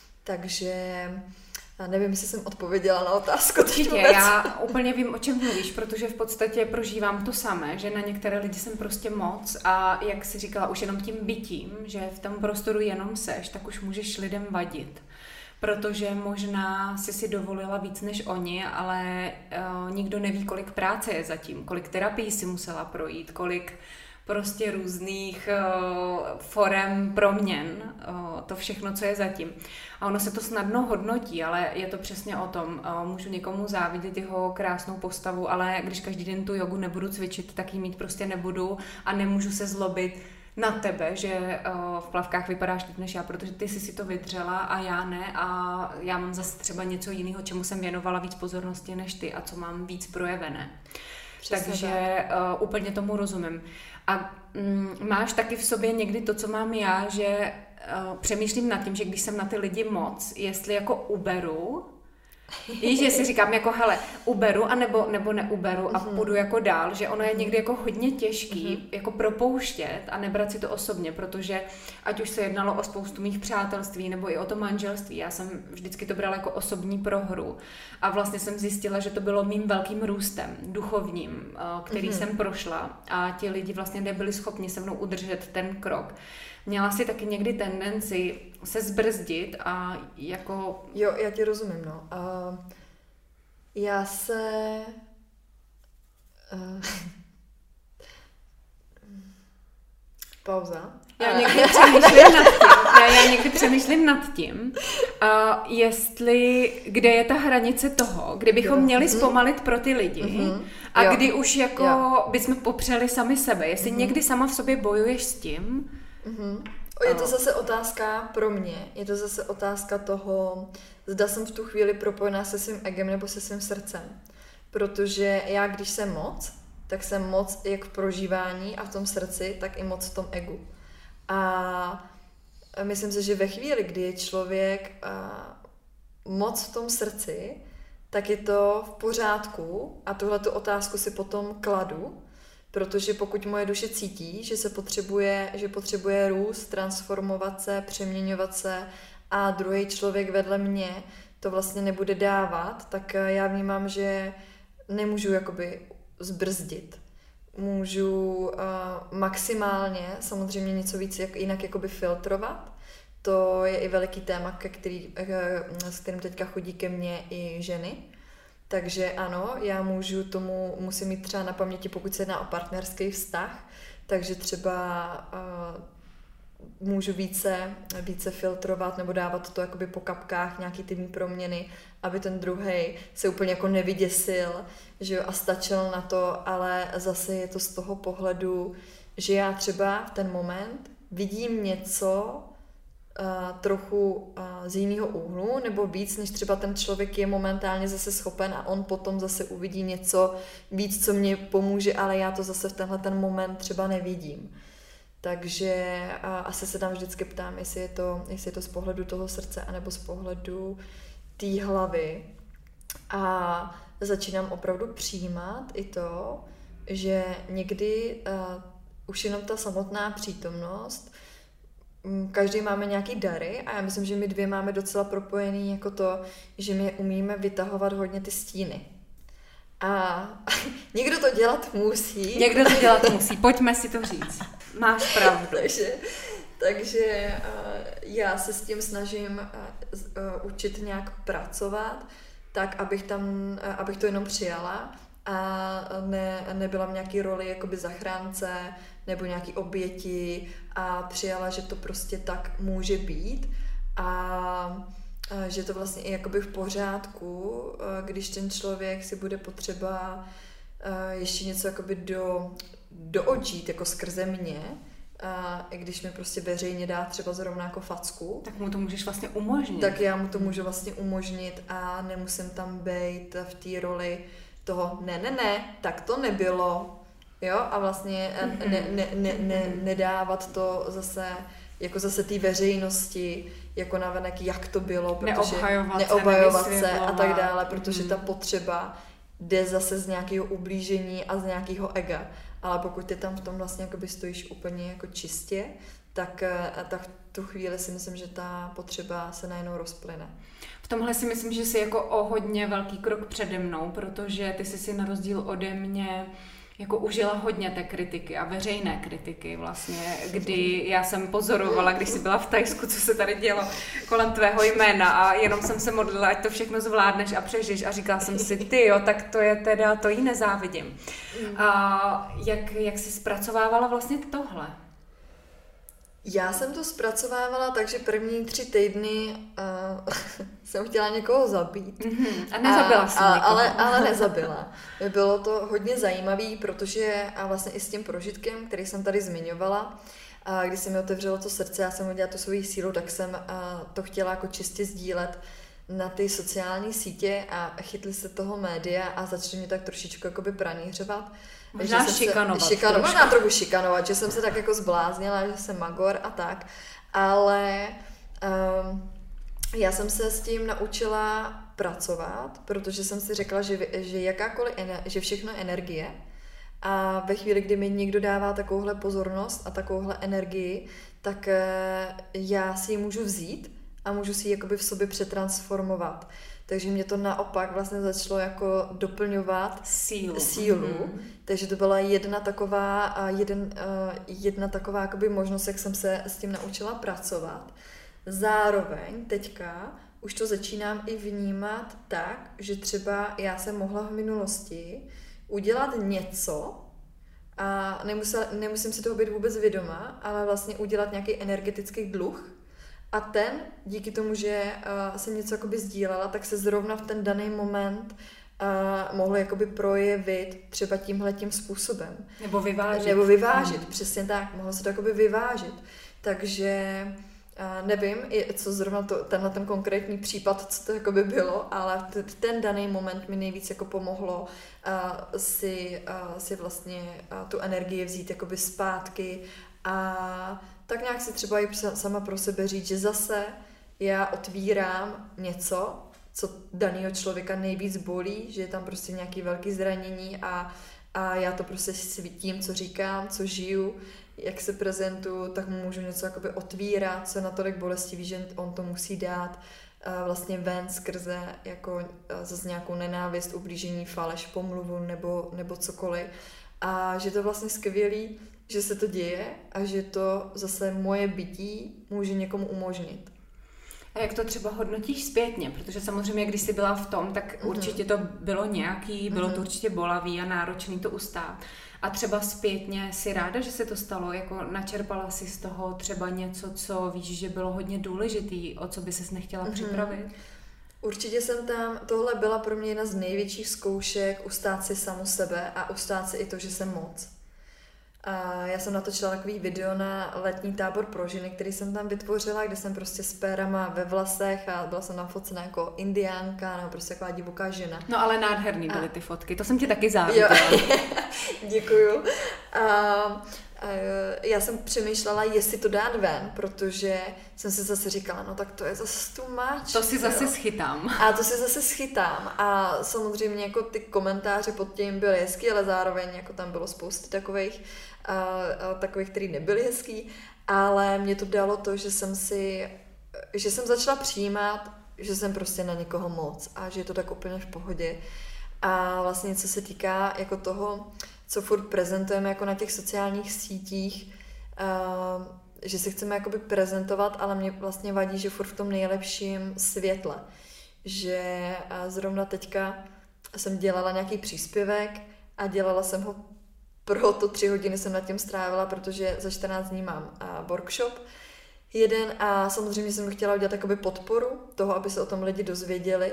takže nevím, jestli jsem odpověděla na otázku. Určitě, já úplně vím, o čem mluvíš, protože v podstatě prožívám to samé, že na některé lidi jsem prostě moc a jak jsi říkala, už jenom tím bytím, že v tom prostoru jenom seš, tak už můžeš lidem vadit. Protože možná si si dovolila víc než oni, ale uh, nikdo neví, kolik práce je zatím, kolik terapií si musela projít, kolik prostě různých uh, forem proměn, uh, to všechno, co je zatím. A ono se to snadno hodnotí, ale je to přesně o tom. Uh, můžu někomu závidět jeho krásnou postavu, ale když každý den tu jogu nebudu cvičit, tak ji mít prostě nebudu a nemůžu se zlobit na tebe, že uh, v plavkách vypadáš líp než já, protože ty jsi si to vydřela a já ne a já mám zase třeba něco jiného, čemu jsem věnovala víc pozornosti než ty a co mám víc projevené. Přesně takže uh, úplně tomu rozumím. A um, máš taky v sobě někdy to, co mám já, že uh, přemýšlím nad tím, že když jsem na ty lidi moc, jestli jako uberu, víš, že si říkám jako hele, uberu a nebo, nebo neuberu a mm-hmm. půjdu jako dál, že ono je někdy jako hodně těžký mm-hmm. jako propouštět a nebrat si to osobně, protože ať už se jednalo o spoustu mých přátelství nebo i o to manželství, já jsem vždycky to brala jako osobní prohru a vlastně jsem zjistila, že to bylo mým velkým růstem duchovním, který mm-hmm. jsem prošla a ti lidi vlastně nebyli schopni se mnou udržet ten krok. Měla jsi taky někdy tendenci se zbrzdit a jako... Jo, já ti rozumím, no. Uh, já se... Uh, pauza. Já někdy přemýšlím nad tím, já, já někdy přemýšlím nad tím, uh, jestli, kde je ta hranice toho, kdybychom jo. měli zpomalit pro ty lidi mm-hmm. a jo. kdy už jako jo. bychom popřeli sami sebe. Jestli mm-hmm. někdy sama v sobě bojuješ s tím... Mm-hmm. Je to zase otázka pro mě, je to zase otázka toho, zda jsem v tu chvíli propojená se svým egem nebo se svým srdcem. Protože já, když jsem moc, tak jsem moc jak v prožívání a v tom srdci, tak i moc v tom egu. A myslím si, že ve chvíli, kdy je člověk moc v tom srdci, tak je to v pořádku a tuhletu otázku si potom kladu, protože pokud moje duše cítí, že se potřebuje, že potřebuje růst, transformovat se, přeměňovat se a druhý člověk vedle mě to vlastně nebude dávat, tak já vnímám, že nemůžu jakoby zbrzdit. Můžu uh, maximálně samozřejmě něco víc jak, jinak jakoby filtrovat. To je i veliký téma, ke který, s kterým teďka chodí ke mně i ženy. Takže ano, já můžu tomu, musím mít třeba na paměti, pokud se jedná o partnerský vztah, takže třeba uh, můžu více, více filtrovat nebo dávat to jakoby po kapkách, nějaký ty proměny, aby ten druhej se úplně jako nevyděsil, že jo, a stačil na to, ale zase je to z toho pohledu, že já třeba v ten moment vidím něco, Uh, trochu uh, z jiného úhlu, nebo víc, než třeba ten člověk je momentálně zase schopen a on potom zase uvidí něco víc, co mě pomůže, ale já to zase v tenhle ten moment třeba nevidím. Takže uh, asi se tam vždycky ptám, jestli je to, jestli je to z pohledu toho srdce, anebo z pohledu té hlavy. A začínám opravdu přijímat i to, že někdy uh, už jenom ta samotná přítomnost, každý máme nějaký dary a já myslím, že my dvě máme docela propojený jako to, že my umíme vytahovat hodně ty stíny. A někdo to dělat musí. Někdo to dělat musí, pojďme si to říct. Máš pravdu. takže takže já se s tím snažím učit nějak pracovat, tak abych tam, abych to jenom přijala a ne, nebyla v nějaký roli jakoby zachránce nebo nějaký oběti a přijala, že to prostě tak může být a, a že to vlastně i jakoby v pořádku, když ten člověk si bude potřeba ještě něco jakoby do, doodžít jako skrze mě, a i když mi prostě veřejně dá třeba zrovna jako facku, tak mu to můžeš vlastně umožnit. Tak já mu to můžu vlastně umožnit a nemusím tam být v té roli toho ne, ne, ne, tak to nebylo, jo, a vlastně ne, ne, ne, ne, nedávat to zase, jako zase té veřejnosti, jako navenek, jak to bylo, protože neobhajovat, neobhajovat se, se a tak dále, protože mm. ta potřeba jde zase z nějakého ublížení a z nějakého ega, ale pokud ty tam v tom vlastně jakoby stojíš úplně jako čistě, tak, tak v tu chvíli si myslím, že ta potřeba se najednou rozplyne. V tomhle si myslím, že jsi jako o hodně velký krok přede mnou, protože ty jsi si na rozdíl ode mě jako užila hodně té kritiky a veřejné kritiky vlastně, kdy já jsem pozorovala, když jsi byla v Thajsku, co se tady dělo kolem tvého jména a jenom jsem se modlila, ať to všechno zvládneš a přežiješ a říkala jsem si, ty jo, tak to je teda, to jí nezávidím. A jak, jak jsi zpracovávala vlastně tohle? Já jsem to zpracovávala, takže první tři týdny uh, jsem chtěla někoho zabít. Mm-hmm. A nezabila jsem někoho. Ale, ale nezabila. Bylo to hodně zajímavé, protože a vlastně i s tím prožitkem, který jsem tady zmiňovala, a když se mi otevřelo to srdce, já jsem udělala tu svou sílu, tak jsem uh, to chtěla jako čistě sdílet na ty sociální sítě a chytli se toho média a začali mě tak trošičku jakoby pranířovat. Možná šikanovat. Šikanovat, možná trochu šikanovat, že jsem se tak jako zbláznila, že jsem magor a tak, ale um, já jsem se s tím naučila pracovat, protože jsem si řekla, že, že jakákoliv, že všechno je energie a ve chvíli, kdy mi někdo dává takovouhle pozornost a takovouhle energii, tak já si ji můžu vzít a můžu si ji jakoby v sobě přetransformovat. Takže mě to naopak vlastně začalo jako doplňovat sílu. sílu. Mm-hmm. Takže to byla jedna taková, jeden, jedna taková jakoby možnost, jak jsem se s tím naučila pracovat. Zároveň teďka už to začínám i vnímat tak, že třeba já jsem mohla v minulosti udělat něco a nemusel, nemusím si toho být vůbec vědoma, ale vlastně udělat nějaký energetický dluh a ten, díky tomu, že uh, jsem něco jakoby sdílela, tak se zrovna v ten daný moment uh, mohl jakoby projevit třeba tímhletím způsobem. Nebo vyvážit. Nebo vyvážit, hmm. přesně tak, mohlo se to jakoby vyvážit. Takže uh, nevím, co zrovna to, tenhle ten konkrétní případ, co to jakoby bylo, ale t- ten daný moment mi nejvíc jako pomohlo uh, si, uh, si vlastně uh, tu energii vzít jakoby zpátky a tak nějak si třeba i sama pro sebe říct, že zase já otvírám něco, co danýho člověka nejvíc bolí, že je tam prostě nějaký velký zranění a, a já to prostě svítím, co říkám, co žiju, jak se prezentuju, tak mu můžu něco jakoby otvírat, co je natolik bolestivý, že on to musí dát uh, vlastně ven skrze jako uh, zase nějakou nenávist, ublížení, faleš, pomluvu nebo, nebo cokoliv. A že to je vlastně skvělý, že se to děje a že to zase moje bytí může někomu umožnit. A jak to třeba hodnotíš zpětně? Protože samozřejmě, když jsi byla v tom, tak mm-hmm. určitě to bylo nějaký, bylo mm-hmm. to určitě bolavý a náročný to ustát. A třeba zpětně si ráda, že se to stalo? Jako načerpala si z toho třeba něco, co víš, že bylo hodně důležitý, o co by ses nechtěla mm-hmm. připravit? Určitě jsem tam, tohle byla pro mě jedna z největších zkoušek ustát si samu sebe a ustát si i to, že jsem moc. A já jsem natočila takový video na letní tábor pro ženy, který jsem tam vytvořila, kde jsem prostě s pérama ve vlasech a byla jsem nafocená jako indiánka nebo prostě taková divoká žena. No ale nádherný byly ty fotky, to jsem ti taky záviděla. Děkuju. A, a já jsem přemýšlela, jestli to dát ven, protože jsem si zase říkala, no tak to je zase too much. To si zase jo. schytám. A to si zase schytám. A samozřejmě jako ty komentáře pod tím byly hezký, ale zároveň jako tam bylo spousty takových, a, a takových, který nebyly hezký, ale mě to dalo to, že jsem si, že jsem začala přijímat, že jsem prostě na někoho moc a že je to tak úplně v pohodě. A vlastně co se týká jako toho, co furt prezentujeme jako na těch sociálních sítích, uh, že se chceme jakoby prezentovat, ale mě vlastně vadí, že furt v tom nejlepším světle. Že uh, zrovna teďka jsem dělala nějaký příspěvek a dělala jsem ho proto tři hodiny jsem nad tím strávila, protože za čtrnáct dní mám uh, workshop jeden a samozřejmě jsem chtěla udělat jakoby podporu toho, aby se o tom lidi dozvěděli.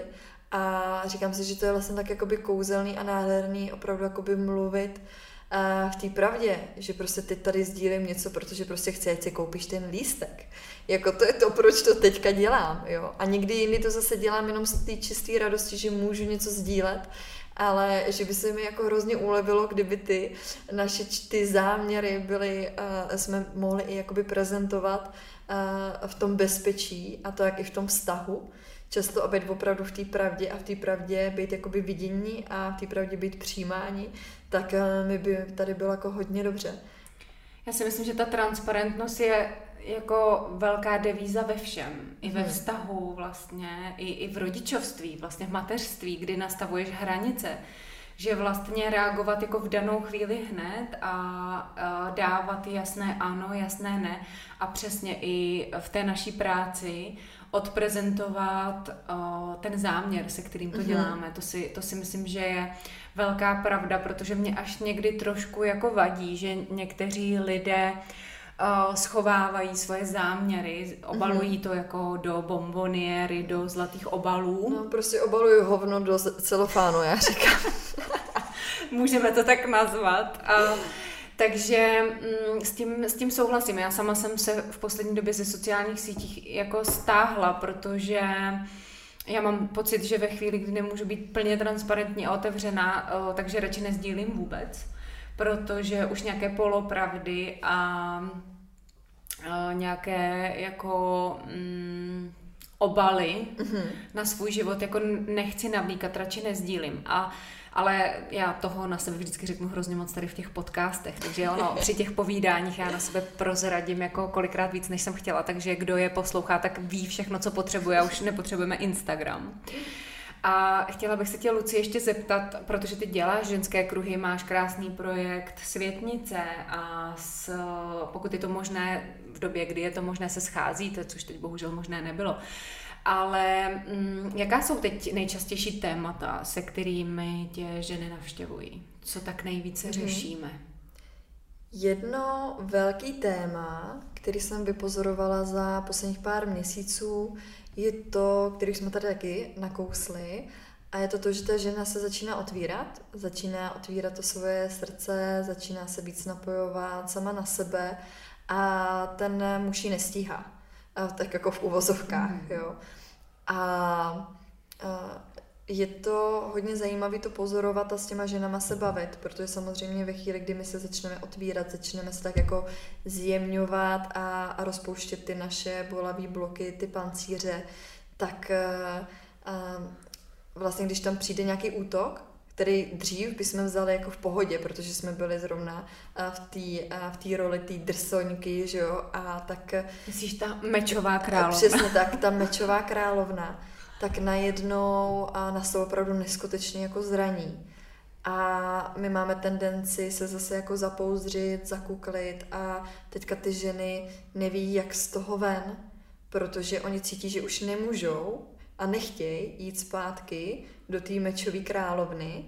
A říkám si, že to je vlastně tak jakoby kouzelný a nádherný opravdu jakoby mluvit uh, v té pravdě, že prostě teď tady sdílím něco, protože prostě chci, ať si koupíš ten lístek. Jako to je to, proč to teďka dělám, jo. A někdy jindy to zase dělám jenom z té čisté radosti, že můžu něco sdílet, ale že by se mi jako hrozně ulevilo, kdyby ty naše ty záměry byly, uh, jsme mohli i jakoby prezentovat uh, v tom bezpečí a to jak i v tom vztahu. Často být opravdu v té pravdě a v té pravdě být jakoby vidění a v té pravdě být přijímání, tak mi by tady bylo jako hodně dobře. Já si myslím, že ta transparentnost je jako velká devíza ve všem. I ve vztahu vlastně, i, i v rodičovství, vlastně v mateřství, kdy nastavuješ hranice. Že vlastně reagovat jako v danou chvíli hned a, a dávat jasné ano, jasné ne a přesně i v té naší práci odprezentovat uh, ten záměr, se kterým to děláme. Mm-hmm. To si, to si myslím, že je velká pravda, protože mě až někdy trošku jako vadí, že někteří lidé uh, schovávají svoje záměry, obalují mm-hmm. to jako do bomboniéry, do zlatých obalů. No prostě obaluju hovno do celofánu, já říkám. Můžeme to tak nazvat. A takže mm, s, tím, s tím souhlasím. Já sama jsem se v poslední době ze sociálních sítích jako stáhla, protože Já mám pocit, že ve chvíli, kdy nemůžu být plně transparentní a otevřená, takže radši nezdílím vůbec, protože už nějaké polopravdy a nějaké jako mm, obaly mm-hmm. na svůj život jako nechci navlíkat, radši nezdílím. A ale já toho na sebe vždycky řeknu hrozně moc tady v těch podcastech, takže ono při těch povídáních já na sebe prozradím jako kolikrát víc, než jsem chtěla, takže kdo je poslouchá, tak ví všechno, co potřebuje a už nepotřebujeme Instagram. A chtěla bych se tě, Luci, ještě zeptat, protože ty děláš ženské kruhy, máš krásný projekt Světnice a s, pokud je to možné, v době, kdy je to možné, se scházíte, což teď bohužel možné nebylo. Ale m, jaká jsou teď nejčastější témata, se kterými tě ženy navštěvují? Co tak nejvíce mm-hmm. řešíme? Jedno velký téma, který jsem vypozorovala za posledních pár měsíců, je to, který jsme tady taky nakousli, a je to to, že ta žena se začíná otvírat, začíná otvírat to svoje srdce, začíná se víc napojovat sama na sebe a ten muž ji nestíhá. Tak jako v uvozovkách, mm. jo. A, a je to hodně zajímavé to pozorovat a s těma ženama se bavit, protože samozřejmě ve chvíli, kdy my se začneme otvírat, začneme se tak jako zjemňovat a, a rozpouštět ty naše bolavé bloky, ty pancíře, tak a, a vlastně když tam přijde nějaký útok, který dřív bychom vzali jako v pohodě, protože jsme byli zrovna v té v té roli té drsoňky, že jo, a tak... Myslíš ta mečová královna? Přesně tak, ta mečová královna, tak najednou a nás to opravdu neskutečně jako zraní. A my máme tendenci se zase jako zapouzdřit, zakuklit a teďka ty ženy neví, jak z toho ven, protože oni cítí, že už nemůžou a nechtějí jít zpátky do té mečové královny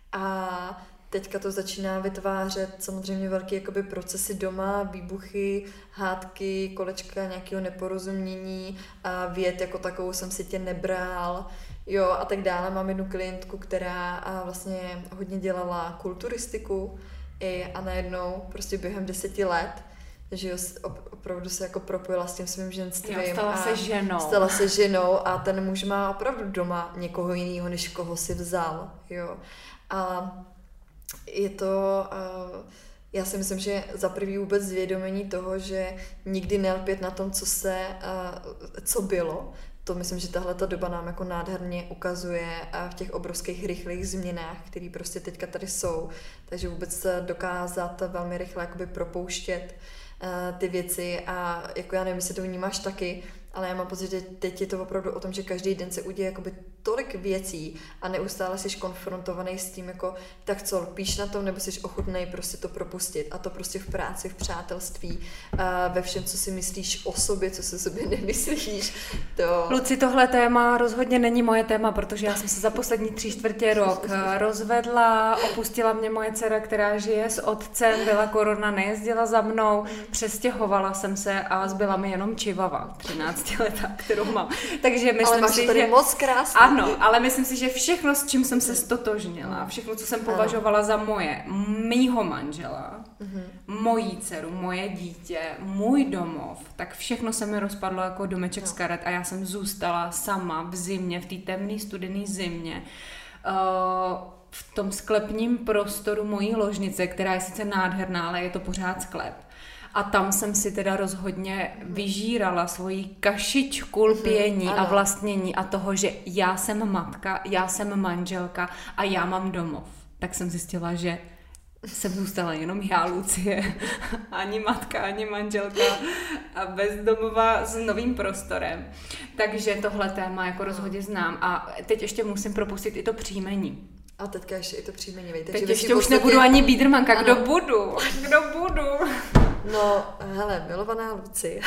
a teďka to začíná vytvářet samozřejmě velké jakoby procesy doma, výbuchy, hádky, kolečka nějakého neporozumění a vět jako takovou jsem si tě nebral, jo, a tak dále. Mám jednu klientku, která vlastně hodně dělala kulturistiku i a najednou prostě během deseti let, že opravdu se jako propojila s tím svým ženstvím. Jo, stala se ženou. Stala se ženou a ten muž má opravdu doma někoho jiného, než koho si vzal, jo. A je to, já si myslím, že za prvý vůbec zvědomení toho, že nikdy nelpět na tom, co se, co bylo. To myslím, že tahle ta doba nám jako nádherně ukazuje v těch obrovských rychlých změnách, které prostě teďka tady jsou. Takže vůbec dokázat velmi rychle jakoby propouštět ty věci a jako já nevím, jestli to vnímáš taky, ale já mám pocit, že teď je to opravdu o tom, že každý den se uděje jakoby tolik věcí a neustále jsi konfrontovaný s tím, jako tak co, lpíš na tom, nebo jsi ochotnej prostě to propustit a to prostě v práci, v přátelství, ve všem, co si myslíš o sobě, co si o sobě nemyslíš. To... Luci, tohle téma rozhodně není moje téma, protože já jsem se za poslední tři čtvrtě rok rozvedla, opustila mě moje dcera, která žije s otcem, byla korona, nejezdila za mnou, přestěhovala jsem se a zbyla mi jenom čivava, třináctiletá, kterou mám. Takže myslím ale máš si, tady že... moc krásný. Ano, ale myslím si, že všechno, s čím jsem se stotožnila, všechno, co jsem považovala ano. za moje, mýho manžela, mm-hmm. mojí dceru, moje dítě, můj domov, tak všechno se mi rozpadlo jako domeček no. z karet a já jsem zůstala sama v zimě, v té temné studené zimě, uh, v tom sklepním prostoru mojí ložnice, která je sice nádherná, ale je to pořád sklep. A tam jsem si teda rozhodně vyžírala svoji kašičku lpění mm, a vlastnění a toho, že já jsem matka, já jsem manželka a já mám domov. Tak jsem zjistila, že jsem zůstala jenom já, Lucie, ani matka, ani manželka a bezdomová s novým prostorem. Takže tohle téma jako rozhodně znám. A teď ještě musím propustit i to příjmení. A teďka ještě i to příjmení, vejte. Teď ještě už nebudu ani Biedermanka, kdo budu? Kdo budu? No, hele, milovaná Luci,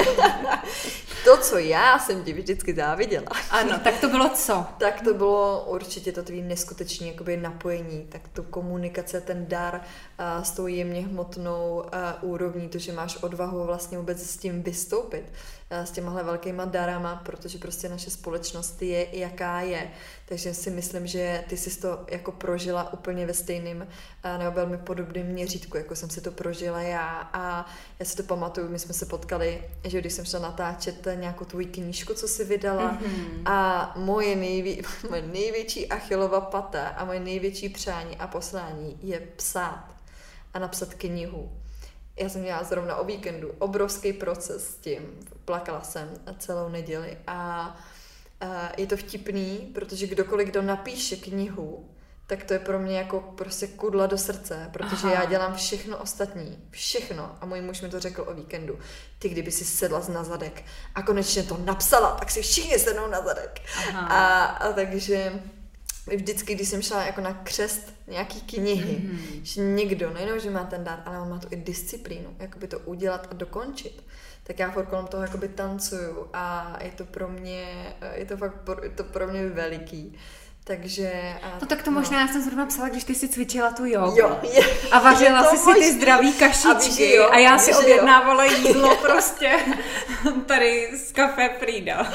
to, co já jsem ti vždycky záviděla. Ano, tak to bylo co? Tak to bylo určitě to tvý neskutečné jakoby napojení, tak tu komunikace, ten dar uh, s tou jemně hmotnou uh, úrovní, to, že máš odvahu vlastně vůbec s tím vystoupit, uh, s těmahle velkýma darama, protože prostě naše společnost je, jaká je. Takže si myslím, že ty jsi to jako prožila úplně ve stejném uh, nebo velmi podobném měřítku, jako jsem si to prožila já. A a já si to pamatuju, my jsme se potkali, že když jsem šla natáčet nějakou tvoji knížku, co jsi vydala mm-hmm. a moje, nejvě, moje největší Achillova pata a moje největší přání a poslání je psát a napsat knihu. Já jsem měla zrovna o víkendu obrovský proces s tím, plakala jsem celou neděli a je to vtipný, protože kdokoliv, kdo napíše knihu, tak to je pro mě jako prostě kudla do srdce, protože Aha. já dělám všechno ostatní, všechno a můj muž mi to řekl o víkendu. Ty, kdyby si sedla na zadek a konečně to napsala, tak si všichni sednou na zadek. A, a takže vždycky, když jsem šla jako na křest nějaký knihy, mm-hmm. že někdo, nejenom, že má ten dar, ale on má tu i disciplínu, jakoby to udělat a dokončit. Tak já furt kolem toho jakoby tancuju a je to pro mě, je to fakt je to pro mě veliký. Takže... A, no tak to možná, no. Já jsem zrovna psala, když ty si cvičila tu jogu. Jo, je, a vařila si si ty zdravý kašičky a, jo, a já si objednávala jo. jídlo prostě tady z Café Frida.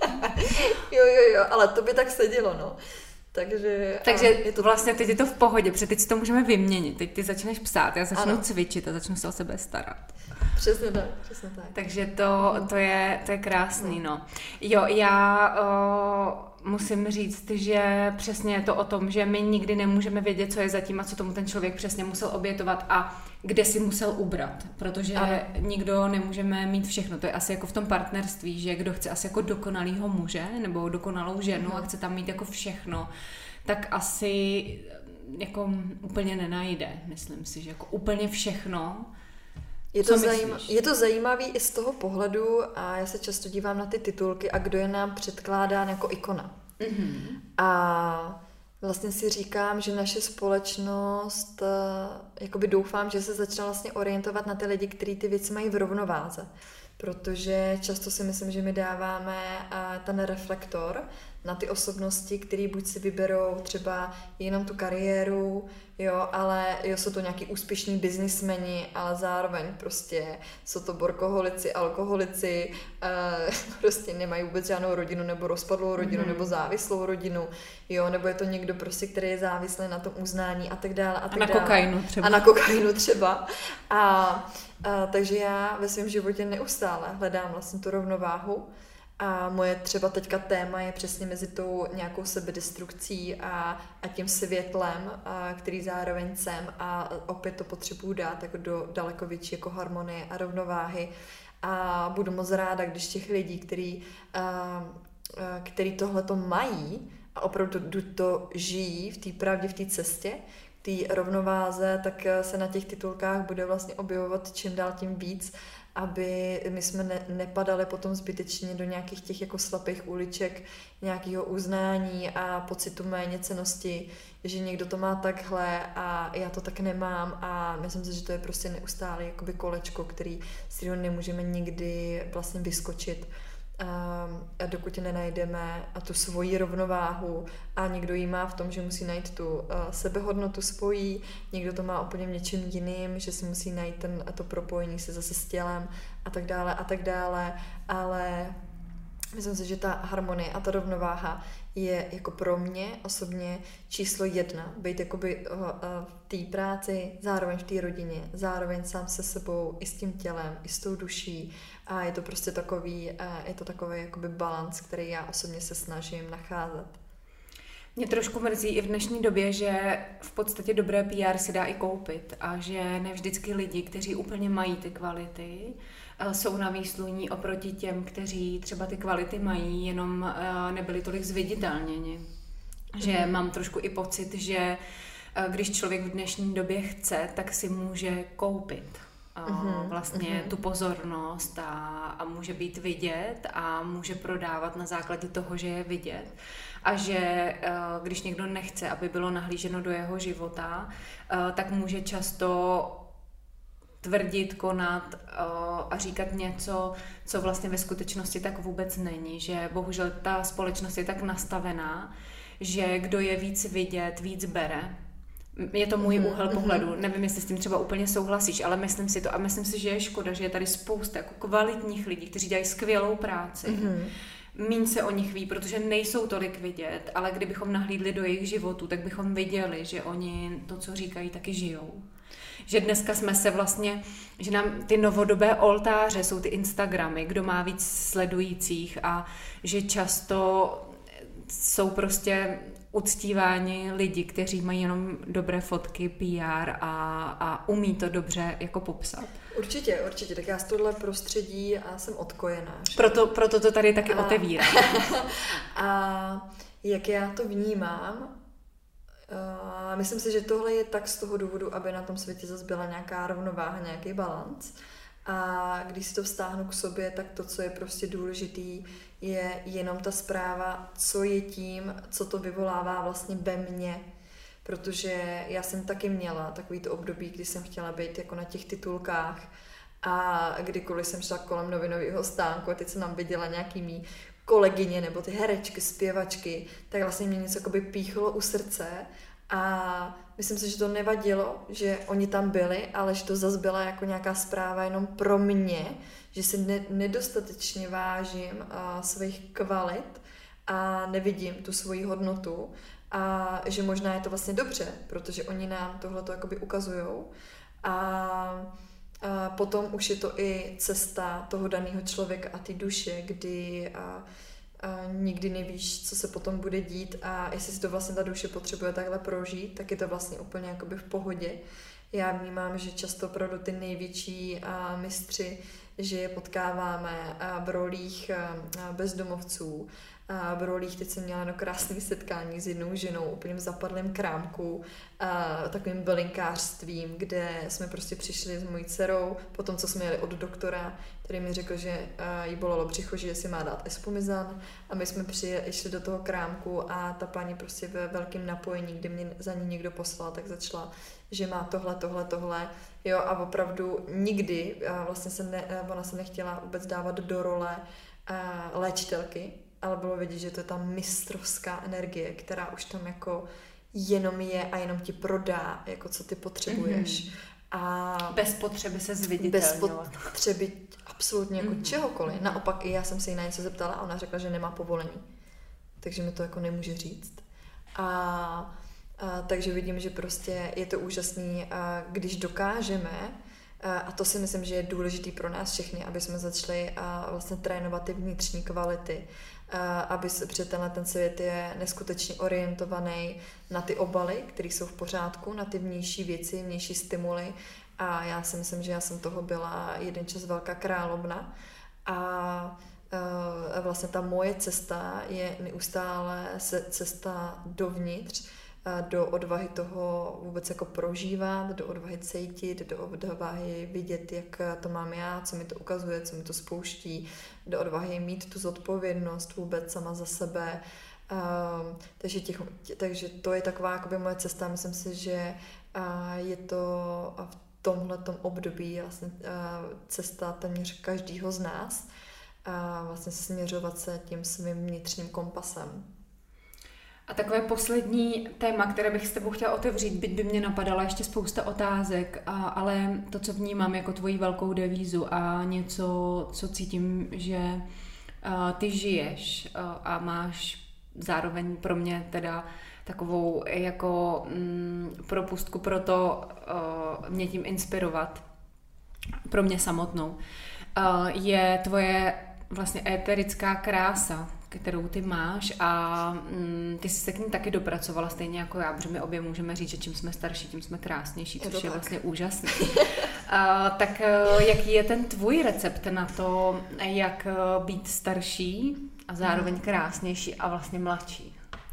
jo, jo, jo, ale to by tak sedělo, no. Takže, Takže je to vlastně teď je to v pohodě, protože teď si to můžeme vyměnit. Teď ty začneš psát, já začnu ano. cvičit a začnu se o sebe starat. Přesně tak, přesně tak. Takže to, to, je, to je krásný, no. Jo, já o, musím říct, že přesně je to o tom, že my nikdy nemůžeme vědět, co je zatím a co tomu ten člověk přesně musel obětovat a kde si musel ubrat, protože ano. nikdo nemůžeme mít všechno. To je asi jako v tom partnerství, že kdo chce asi jako dokonalýho muže nebo dokonalou ženu hmm. a chce tam mít jako všechno, tak asi jako úplně nenajde, myslím si, že jako úplně všechno. Je to, zajím, je to zajímavý i z toho pohledu a já se často dívám na ty titulky a kdo je nám předkládán jako ikona. Mm-hmm. A vlastně si říkám, že naše společnost, jakoby doufám, že se začne vlastně orientovat na ty lidi, kteří ty věci mají v rovnováze. Protože často si myslím, že my dáváme ten reflektor na ty osobnosti, které buď si vyberou třeba jenom tu kariéru, jo, ale jo, jsou to nějaký úspěšní biznismeni, ale zároveň prostě jsou to borkoholici, alkoholici, e, prostě nemají vůbec žádnou rodinu nebo rozpadlou rodinu mm. nebo závislou rodinu, jo, nebo je to někdo prostě, který je závislý na tom uznání a tak dále. A, tak a na dále. kokainu třeba. A na kokainu třeba. A, a takže já ve svém životě neustále hledám vlastně tu rovnováhu. A moje třeba teďka téma je přesně mezi tou nějakou sebedestrukcí a, a tím světlem, a, který zároveň jsem a opět to potřebuju dát jako do daleko větší jako harmonie a rovnováhy. A budu moc ráda, když těch lidí, který, a, a, který tohleto mají a opravdu to žijí v té pravdě, v té cestě, té rovnováze, tak se na těch titulkách bude vlastně objevovat čím dál tím víc, aby my jsme ne, nepadali potom zbytečně do nějakých těch jako slepých uliček, nějakého uznání a pocitu méněcennosti, že někdo to má takhle a já to tak nemám a myslím si, že to je prostě neustále jakoby kolečko, který, z kterého nemůžeme nikdy vlastně vyskočit. A dokud nenajdeme a tu svoji rovnováhu a někdo ji má v tom, že musí najít tu sebehodnotu svojí, někdo to má úplně v něčem jiným, že si musí najít ten, to propojení se zase s tělem a tak dále a tak dále, ale myslím si, že ta harmonie a ta rovnováha je jako pro mě osobně číslo jedna. Být jakoby v té práci, zároveň v té rodině, zároveň sám se sebou, i s tím tělem, i s tou duší. A je to prostě takový, je to takový jakoby balans, který já osobně se snažím nacházet. Mě trošku mrzí i v dnešní době, že v podstatě dobré P R si dá i koupit a že ne vždycky lidi, kteří úplně mají ty kvality, jsou na výsluní oproti těm, kteří třeba ty kvality mají, jenom nebyli tolik zviditelněni. Že mm. mám trošku i pocit, že když člověk v dnešní době chce, tak si může koupit mm-hmm. vlastně mm-hmm. tu pozornost a, a může být vidět a může prodávat na základě toho, že je vidět. A že když někdo nechce, aby bylo nahlíženo do jeho života, tak může často tvrdit, konat a říkat něco, co vlastně ve skutečnosti tak vůbec není. Že bohužel ta společnost je tak nastavená, že kdo je víc vidět, víc bere. Je to můj úhel pohledu. Nevím, jestli s tím třeba úplně souhlasíš, ale myslím si to a myslím si, že je škoda, že je tady spousta jako kvalitních lidí, kteří dělají skvělou práci. Mm-hmm. Míň se o nich ví, protože nejsou tolik vidět, ale kdybychom nahlídli do jejich životů, tak bychom viděli, že oni to, co říkají, taky žijou. že dneska jsme se vlastně, že nám ty novodobé oltáře jsou ty Instagramy, kdo má víc sledujících a že často jsou prostě uctíváni lidi, kteří mají jenom dobré fotky, P R a, a umí to dobře jako popsat. Určitě, určitě, tak já z tohle prostředí a jsem odkojená. Proto, proto to tady taky a, otevírám. A jak já to vnímám, a myslím si, že tohle je tak z toho důvodu, aby na tom světě zase byla nějaká rovnováha, nějaký balanc. A když si to vztáhnu k sobě, tak to, co je prostě důležitý, je jenom ta zpráva, co je tím, co to vyvolává vlastně ve mně. Protože já jsem taky měla takový to období, kdy jsem chtěla být jako na těch titulkách a kdykoliv jsem šla kolem novinového stánku a teď jsem tam viděla nějaký mý kolegyně nebo ty herečky, zpěvačky, tak vlastně mě něco jakoby píchlo u srdce a myslím si, že to nevadilo, že oni tam byli, ale že to zase byla jako nějaká zpráva jenom pro mě, že si ne- nedostatečně vážím uh, svých kvalit a nevidím tu svoji hodnotu a že možná je to vlastně dobře, protože oni nám tohleto jakoby ukazujou a, a potom už je to i cesta toho daného člověka a ty duše, kdy a, a nikdy nevíš, co se potom bude dít a jestli si to vlastně ta duše potřebuje takhle prožít, tak je to vlastně úplně jakoby v pohodě. Já vnímám, že často opravdu ty největší a, mistři, že je potkáváme a, v rolích a, a bezdomovců, a v rolích, teď jsem měla no krásné setkání s jednou ženou úplně v zapadlém krámku, a takovým bylinkářstvím, kde jsme prostě přišli s mojí dcerou, potom co jsme jeli od doktora, který mi řekl, že jí bolelo břicho, že si má dát Espumizan a my jsme přijeli, šli do toho krámku a ta paní prostě ve velkém napojení, kdy mě za ní někdo poslal, tak začala, že má tohle, tohle, tohle, jo a opravdu nikdy, vlastně se ne, ona se nechtěla vůbec dávat do role léčitelky, ale bylo vidět, že to je ta mistrovská energie, která už tam jako jenom je a jenom ti prodá, jako co ty potřebuješ. Mm-hmm. A bez potřeby se zviditelňovat. Bez potřeby absolutně jako mm-hmm. čehokoliv. Naopak i já jsem se jí na něco zeptala a ona řekla, že nemá povolení. Takže mi to jako nemůže říct. A, a takže vidím, že prostě je to úžasný, a když dokážeme, a to si myslím, že je důležitý pro nás všechny, aby jsme začali vlastně trénovat ty vnitřní kvality, aby se, protože tenhle ten svět je neskutečně orientovaný na ty obaly, které jsou v pořádku, na ty vnější věci, vnější stimuly a já si myslím, že já jsem toho byla jeden čas velká královna a vlastně ta moje cesta je neustále cesta dovnitř, do odvahy toho vůbec jako prožívat, do odvahy cítit, do odvahy vidět, jak to mám já, co mi to ukazuje, co mi to spouští, do odvahy mít tu zodpovědnost vůbec sama za sebe. Uh, takže, těch, tě, takže to je taková jakoby moje cesta. Myslím si, že uh, je to v tomhletom období vlastně uh, cesta téměř každýho z nás a uh, vlastně směřovat se tím svým vnitřním kompasem. A takové poslední téma, které bych s tebou chtěla otevřít, byť by mě napadala ještě spousta otázek, a, ale to, co vnímám jako tvoji velkou devízu a něco, co cítím, že a, ty žiješ a, a máš zároveň pro mě teda takovou jako mm, propustku pro to a, mě tím inspirovat, pro mě samotnou, a, je tvoje vlastně éterická krása, kterou ty máš a mm, ty jsi se k ní taky dopracovala stejně jako já, protože my obě můžeme říct, že čím jsme starší, tím jsme krásnější, což je, je vlastně úžasné. A, tak jaký je ten tvůj recept na to, jak být starší a zároveň krásnější a vlastně mladší?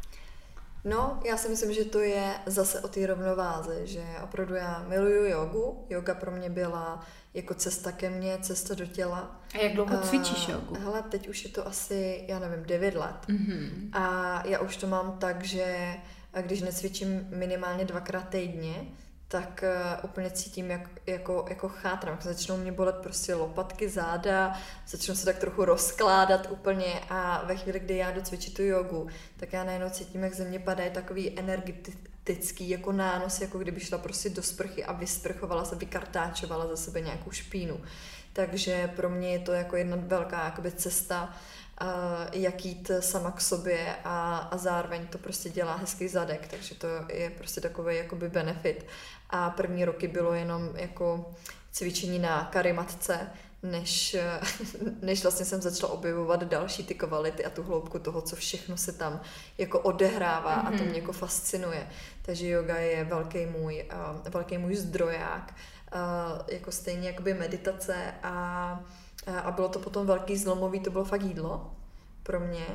No, já si myslím, že to je zase o té rovnováze, že opravdu já miluju jogu. Joga pro mě byla jako cesta ke mně, cesta do těla. A jak dlouho cvičíš jogu? Hele, teď už je to asi, já nevím, devět let. Mm-hmm. A já už to mám tak, že když necvičím minimálně dvakrát týdně, tak uh, úplně cítím, jak, jako, jako chátrám. Začnou mě bolet prostě lopatky, záda, začnou se tak trochu rozkládat úplně a ve chvíli, kdy já jdu cvičit tu jogu, tak já najednou cítím, jak ze mě padají takový energetický jako nános, jako kdyby šla prostě do sprchy a vysprchovala se, vykartáčovala za sebe nějakou špínu. takže pro mě je to jako jedna velká jakoby cesta, uh, jak jít sama k sobě a, a zároveň to prostě dělá hezký zadek, takže to je prostě takový jakoby benefit. A první roky bylo jenom jako cvičení na karimatce, než, než vlastně jsem začala objevovat další ty kvality a tu hloubku toho, co všechno se tam jako odehrává mm-hmm. a to mě jako fascinuje. Takže yoga je velký můj, uh, velký můj zdroják, uh, jako stejně jakoby meditace a, a bylo to potom velký zlomový, to bylo fakt jídlo pro mě.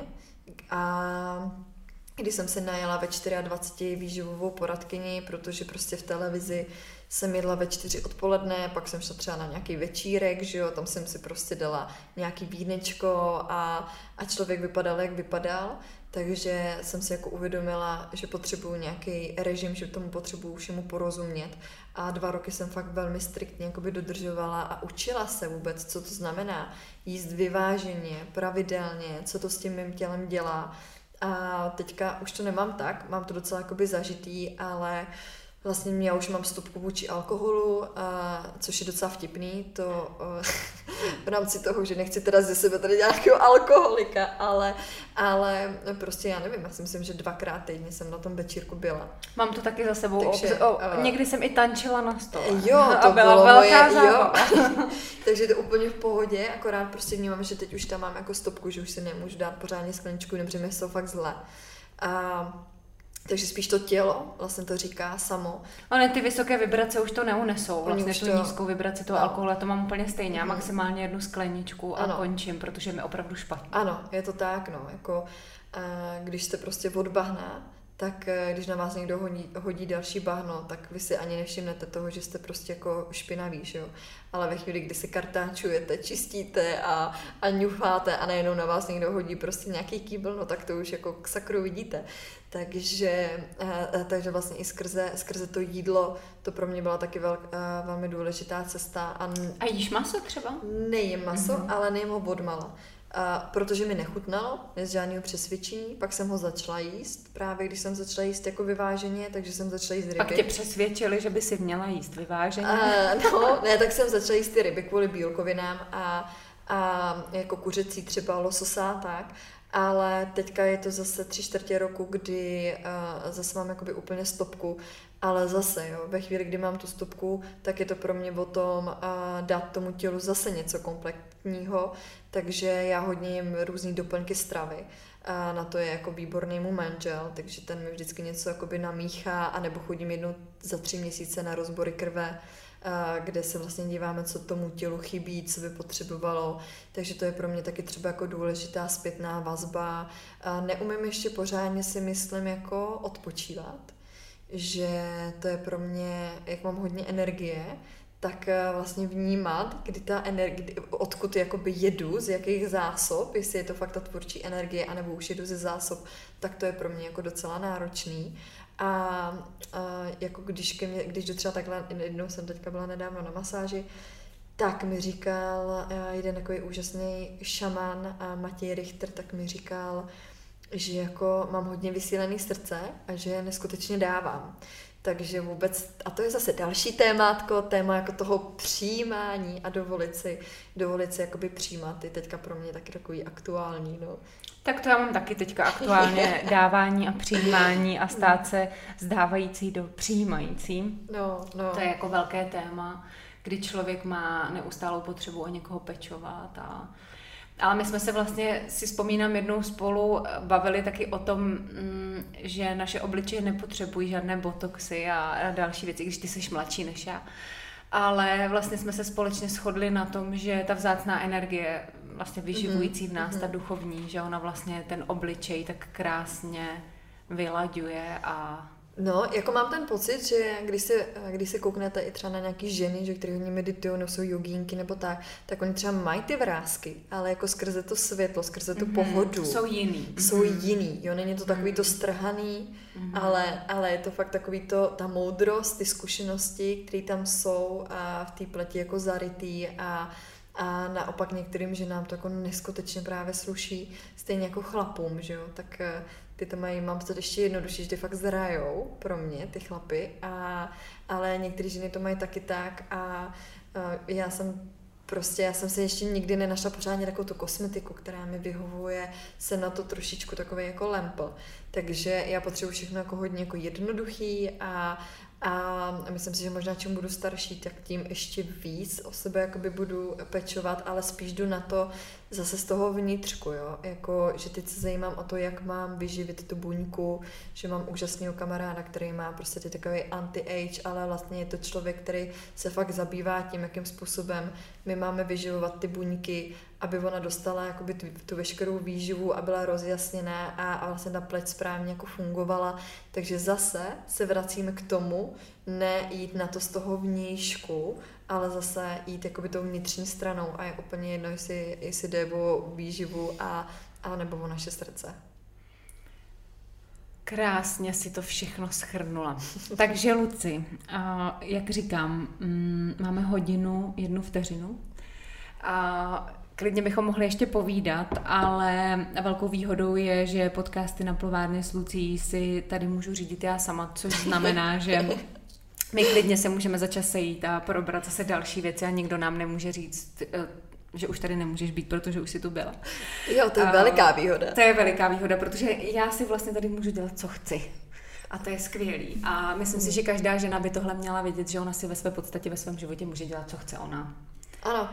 A když jsem se najela ve dvaceti čtyři výživovou poradkyni, protože prostě v televizi jsem jedla ve čtyři odpoledne, pak jsem šla třeba na nějaký večírek, že jo, tam jsem si prostě dala nějaký vínečko a, a člověk vypadal, jak vypadal, takže jsem si jako uvědomila, že potřebuju nějaký režim, že tomu potřebuju všemu porozumět a dva roky jsem fakt velmi striktně jakoby dodržovala a učila se vůbec, co to znamená jíst vyváženě, pravidelně, co to s tím mým tělem dělá. A teďka už to nemám tak, mám to docela jakoby zažitý, ale vlastně já už mám stopku vůči alkoholu, a, což je docela vtipný, to v rámci toho, že nechci teda ze sebe tady nějakého alkoholika, ale, ale prostě já nevím, já si myslím, že dvakrát týdně jsem na tom večírku byla. Mám to taky za sebou, Takže, o, uh, někdy jsem i tančila na stole. Jo, to a byla bylo velká moje, zábava. Takže to úplně v pohodě, akorát prostě vnímám, že teď už tam mám jako stopku, že už si nemůžu dát pořádně skleničku, protože mi jsou fakt zle. A takže spíš to tělo vlastně to říká samo. Ale ty vysoké vibrace už to neunesou, vlastně tu to... nízkou vibraci toho no. alkoholu, to mám úplně stejně, já mm. maximálně jednu skleničku a ano. končím, protože je mi opravdu špatně. Ano, je to tak, no, jako když jste prostě od bahna, tak když na vás někdo hodí, hodí další bahno, tak vy si ani nevšimnete toho, že jste prostě jako špinaví, že jo. Ale ve chvíli, kdy se kartáčujete, čistíte a, a ňufáte a najednou na vás někdo hodí prostě nějaký kýbl, no tak to už jako k sakru vidíte. Takže, takže vlastně i skrze, skrze to jídlo, to pro mě byla taky vel, velmi důležitá cesta. A, a jíš maso třeba? Nejím maso, mm-hmm. ale nejím ho odmala. Uh, protože mi nechutnalo, bez žádného přesvědčení, pak jsem ho začala jíst, právě když jsem začala jíst jako vyváženě, takže jsem začala jíst ryby. Pak tě přesvědčili, že by si měla jíst vyváženě? Uh, no, ne, tak jsem začala jíst ty ryby kvůli bílkovinám a, a jako kuřecí třeba lososa a tak, ale teďka je to zase tři čtvrtě roku, kdy uh, zase mám jakoby úplně stopku, ale zase, jo, ve chvíli, kdy mám tu stopku, tak je to pro mě o tom uh, dát tomu tělu zase něco kompletního, takže já hodně jim různý doplňky stravy. A na to je jako výborný můj manžel, takže ten mi vždycky něco jakoby namíchá, anebo chodím jednou za tři měsíce na rozbory krve, kde se vlastně díváme, co tomu tělu chybí, co by potřebovalo. Takže to je pro mě taky třeba jako důležitá zpětná vazba. Neumím ještě pořádně si myslím jako odpočívat, že to je pro mě, jak mám hodně energie, tak vlastně vnímat, kdy ta energie, odkud jakoby jedu, z jakých zásob, jestli je to fakt ta tvůrčí energie, anebo už jedu ze zásob, tak to je pro mě jako docela náročný. A, a jako když, ke mně, když jdu třeba takhle, jednou jsem teďka byla nedávno na masáži, tak mi říkal jeden takový úžasný šaman Matěj Richter, tak mi říkal, že jako mám hodně vysílený srdce a že neskutečně dávám. Takže vůbec, a to je zase další témátko, téma jako toho přijímání a dovolit si, dovolit si jakoby přijímat, je teďka pro mě taky takový aktuální, no. Tak to já mám taky teďka aktuálně dávání a přijímání a stát se zdávající do přijímající. No, no. To je jako velké téma, kdy člověk má neustálou potřebu o někoho pečovat a ale my jsme se vlastně, si vzpomínám, jednou spolu bavili taky o tom, že naše obličeje nepotřebují žádné botoxy a další věci, když ty jsi mladší než já. Ale vlastně jsme se společně shodli na tom, že ta vzácná energie, vlastně vyživující v nás, ta duchovní, že ona vlastně ten obličej tak krásně vylaďuje a... No, jako mám ten pocit, že když se, když se kouknete i třeba na nějaký ženy, že které hodně meditují, nebo jsou jogínky nebo tak, tak oni třeba mají ty vrásky, ale jako skrze to světlo, skrze tu mm-hmm. pohodu. Jsou jiný. Jsou mm-hmm. jiný, jo, není to takový to strhaný, mm-hmm. ale, ale je to fakt takový to, ta moudrost, ty zkušenosti, které tam jsou a v té pleti jako zarytý a a naopak některým ženám to jako neskutečně právě sluší, stejně jako chlapům, že jo, tak ty to mají, mám to ještě jednodušší, že ty fakt zrajou pro mě, ty chlapy, a, ale některé ženy to mají taky tak a, a já jsem prostě já jsem si ještě nikdy nenašla pořádně takovou tu kosmetiku, která mi vyhovuje, jsem na to trošičku takový jako lempl. Takže já potřebuji všechno jako hodně jako jednoduchý a A myslím si, že možná čím budu starší, tak tím ještě víc o sebe jakoby budu pečovat, ale spíš jdu na to zase z toho vnitřku, jo? Jako, že teď se zajímám o to, jak mám vyživit tu buňku, že mám úžasného kamaráda, který má prostě ty takový anti-age, ale vlastně je to člověk, který se fakt zabývá tím, jakým způsobem my máme vyživovat ty buňky, aby ona dostala jakoby tu, tu veškerou výživu a byla rozjasněná a, a vlastně ta pleť správně jako fungovala. Takže zase se vracíme k tomu, ne jít na to z toho vnějšku, ale zase jít jakoby tou vnitřní stranou a je úplně jedno, jestli, jestli jde o výživu a, a nebo o naše srdce. Krásně si to všechno shrnula. Takže Luci, jak říkám, máme hodinu, jednu vteřinu. A klidně bychom mohli ještě povídat, ale velkou výhodou je, že podcasty na Plovárně s Lucí si tady můžu řídit já sama, což znamená, že my klidně se můžeme začas sejít a probrat zase další věci a nikdo nám nemůže říct, že už tady nemůžeš být, protože už jsi tu byla. Jo, to je a, veliká výhoda. To je veliká výhoda, protože já si vlastně tady můžu dělat, co chci. A to je skvělý. A myslím hmm. si, že každá žena by tohle měla vědět, že ona si ve své podstatě, ve svém životě může dělat, co chce ona. Ano.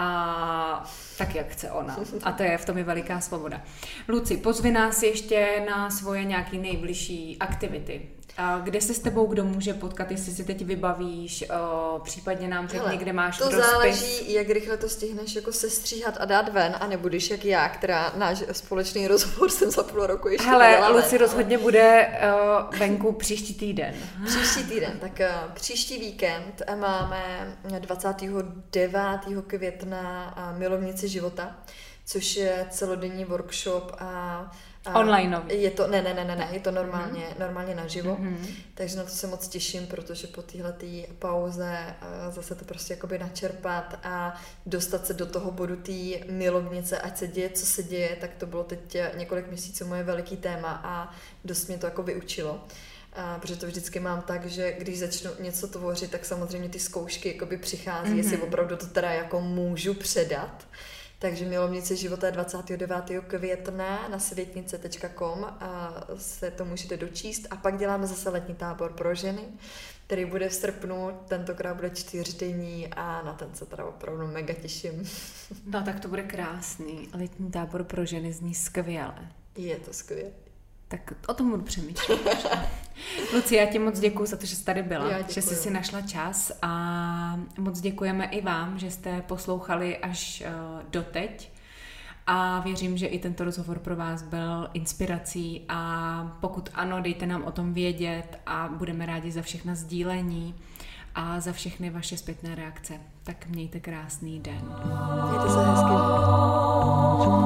A tak, jak chce ona. A to je v tom je veliká svoboda. Luci, pozvi nás ještě na svoje nějaké nejbližší aktivity. Kde se s tebou kdo může potkat, jestli si teď vybavíš, případně nám řekni, kde máš to rozpis. záleží, jak rychle to stihneš jako sestříhat a dát ven a nebudeš jak já, která náš společný rozhovor jsem za půl roku ještě Hele, Luci ven, rozhodně ale... bude uh, venku příští týden. Příští týden, tak uh, příští víkend máme dvacátého devátého května uh, Milovnici života, což je celodenní workshop a online. Je to, ne, ne, ne, ne, ne, je to normálně, mm-hmm. normálně naživo, mm-hmm. takže na to se moc těším, protože po téhletý pauze zase to prostě jakoby načerpat a dostat se do toho bodu té milovnice, ať se děje, co se děje, tak to bylo teď několik měsíců moje veliký téma a dost mě to jako vyučilo. A protože to vždycky mám tak, že když začnu něco tvořit, tak samozřejmě ty zkoušky jakoby přichází, mm-hmm. jestli opravdu to teda jako můžu předat. Takže Milovnice života je dvacátého devátého května na světnice tečka com a se to můžete dočíst. A pak děláme zase letní tábor pro ženy, který bude v srpnu, tentokrát bude čtyřdenní a na ten se teda opravdu mega těším. No tak to bude krásný. Letní tábor pro ženy zní skvěle. Je to skvělé. Tak o tom budu přemýšlet. Luci, já ti moc děkuju za to, že jsi tady byla, že jsi si našla čas a moc děkujeme i vám, že jste poslouchali až uh, doteď a věřím, že i tento rozhovor pro vás byl inspirací a pokud ano, dejte nám o tom vědět a budeme rádi za všechna sdílení a za všechny vaše zpětné reakce. Tak mějte krásný den. Mějte se hezky.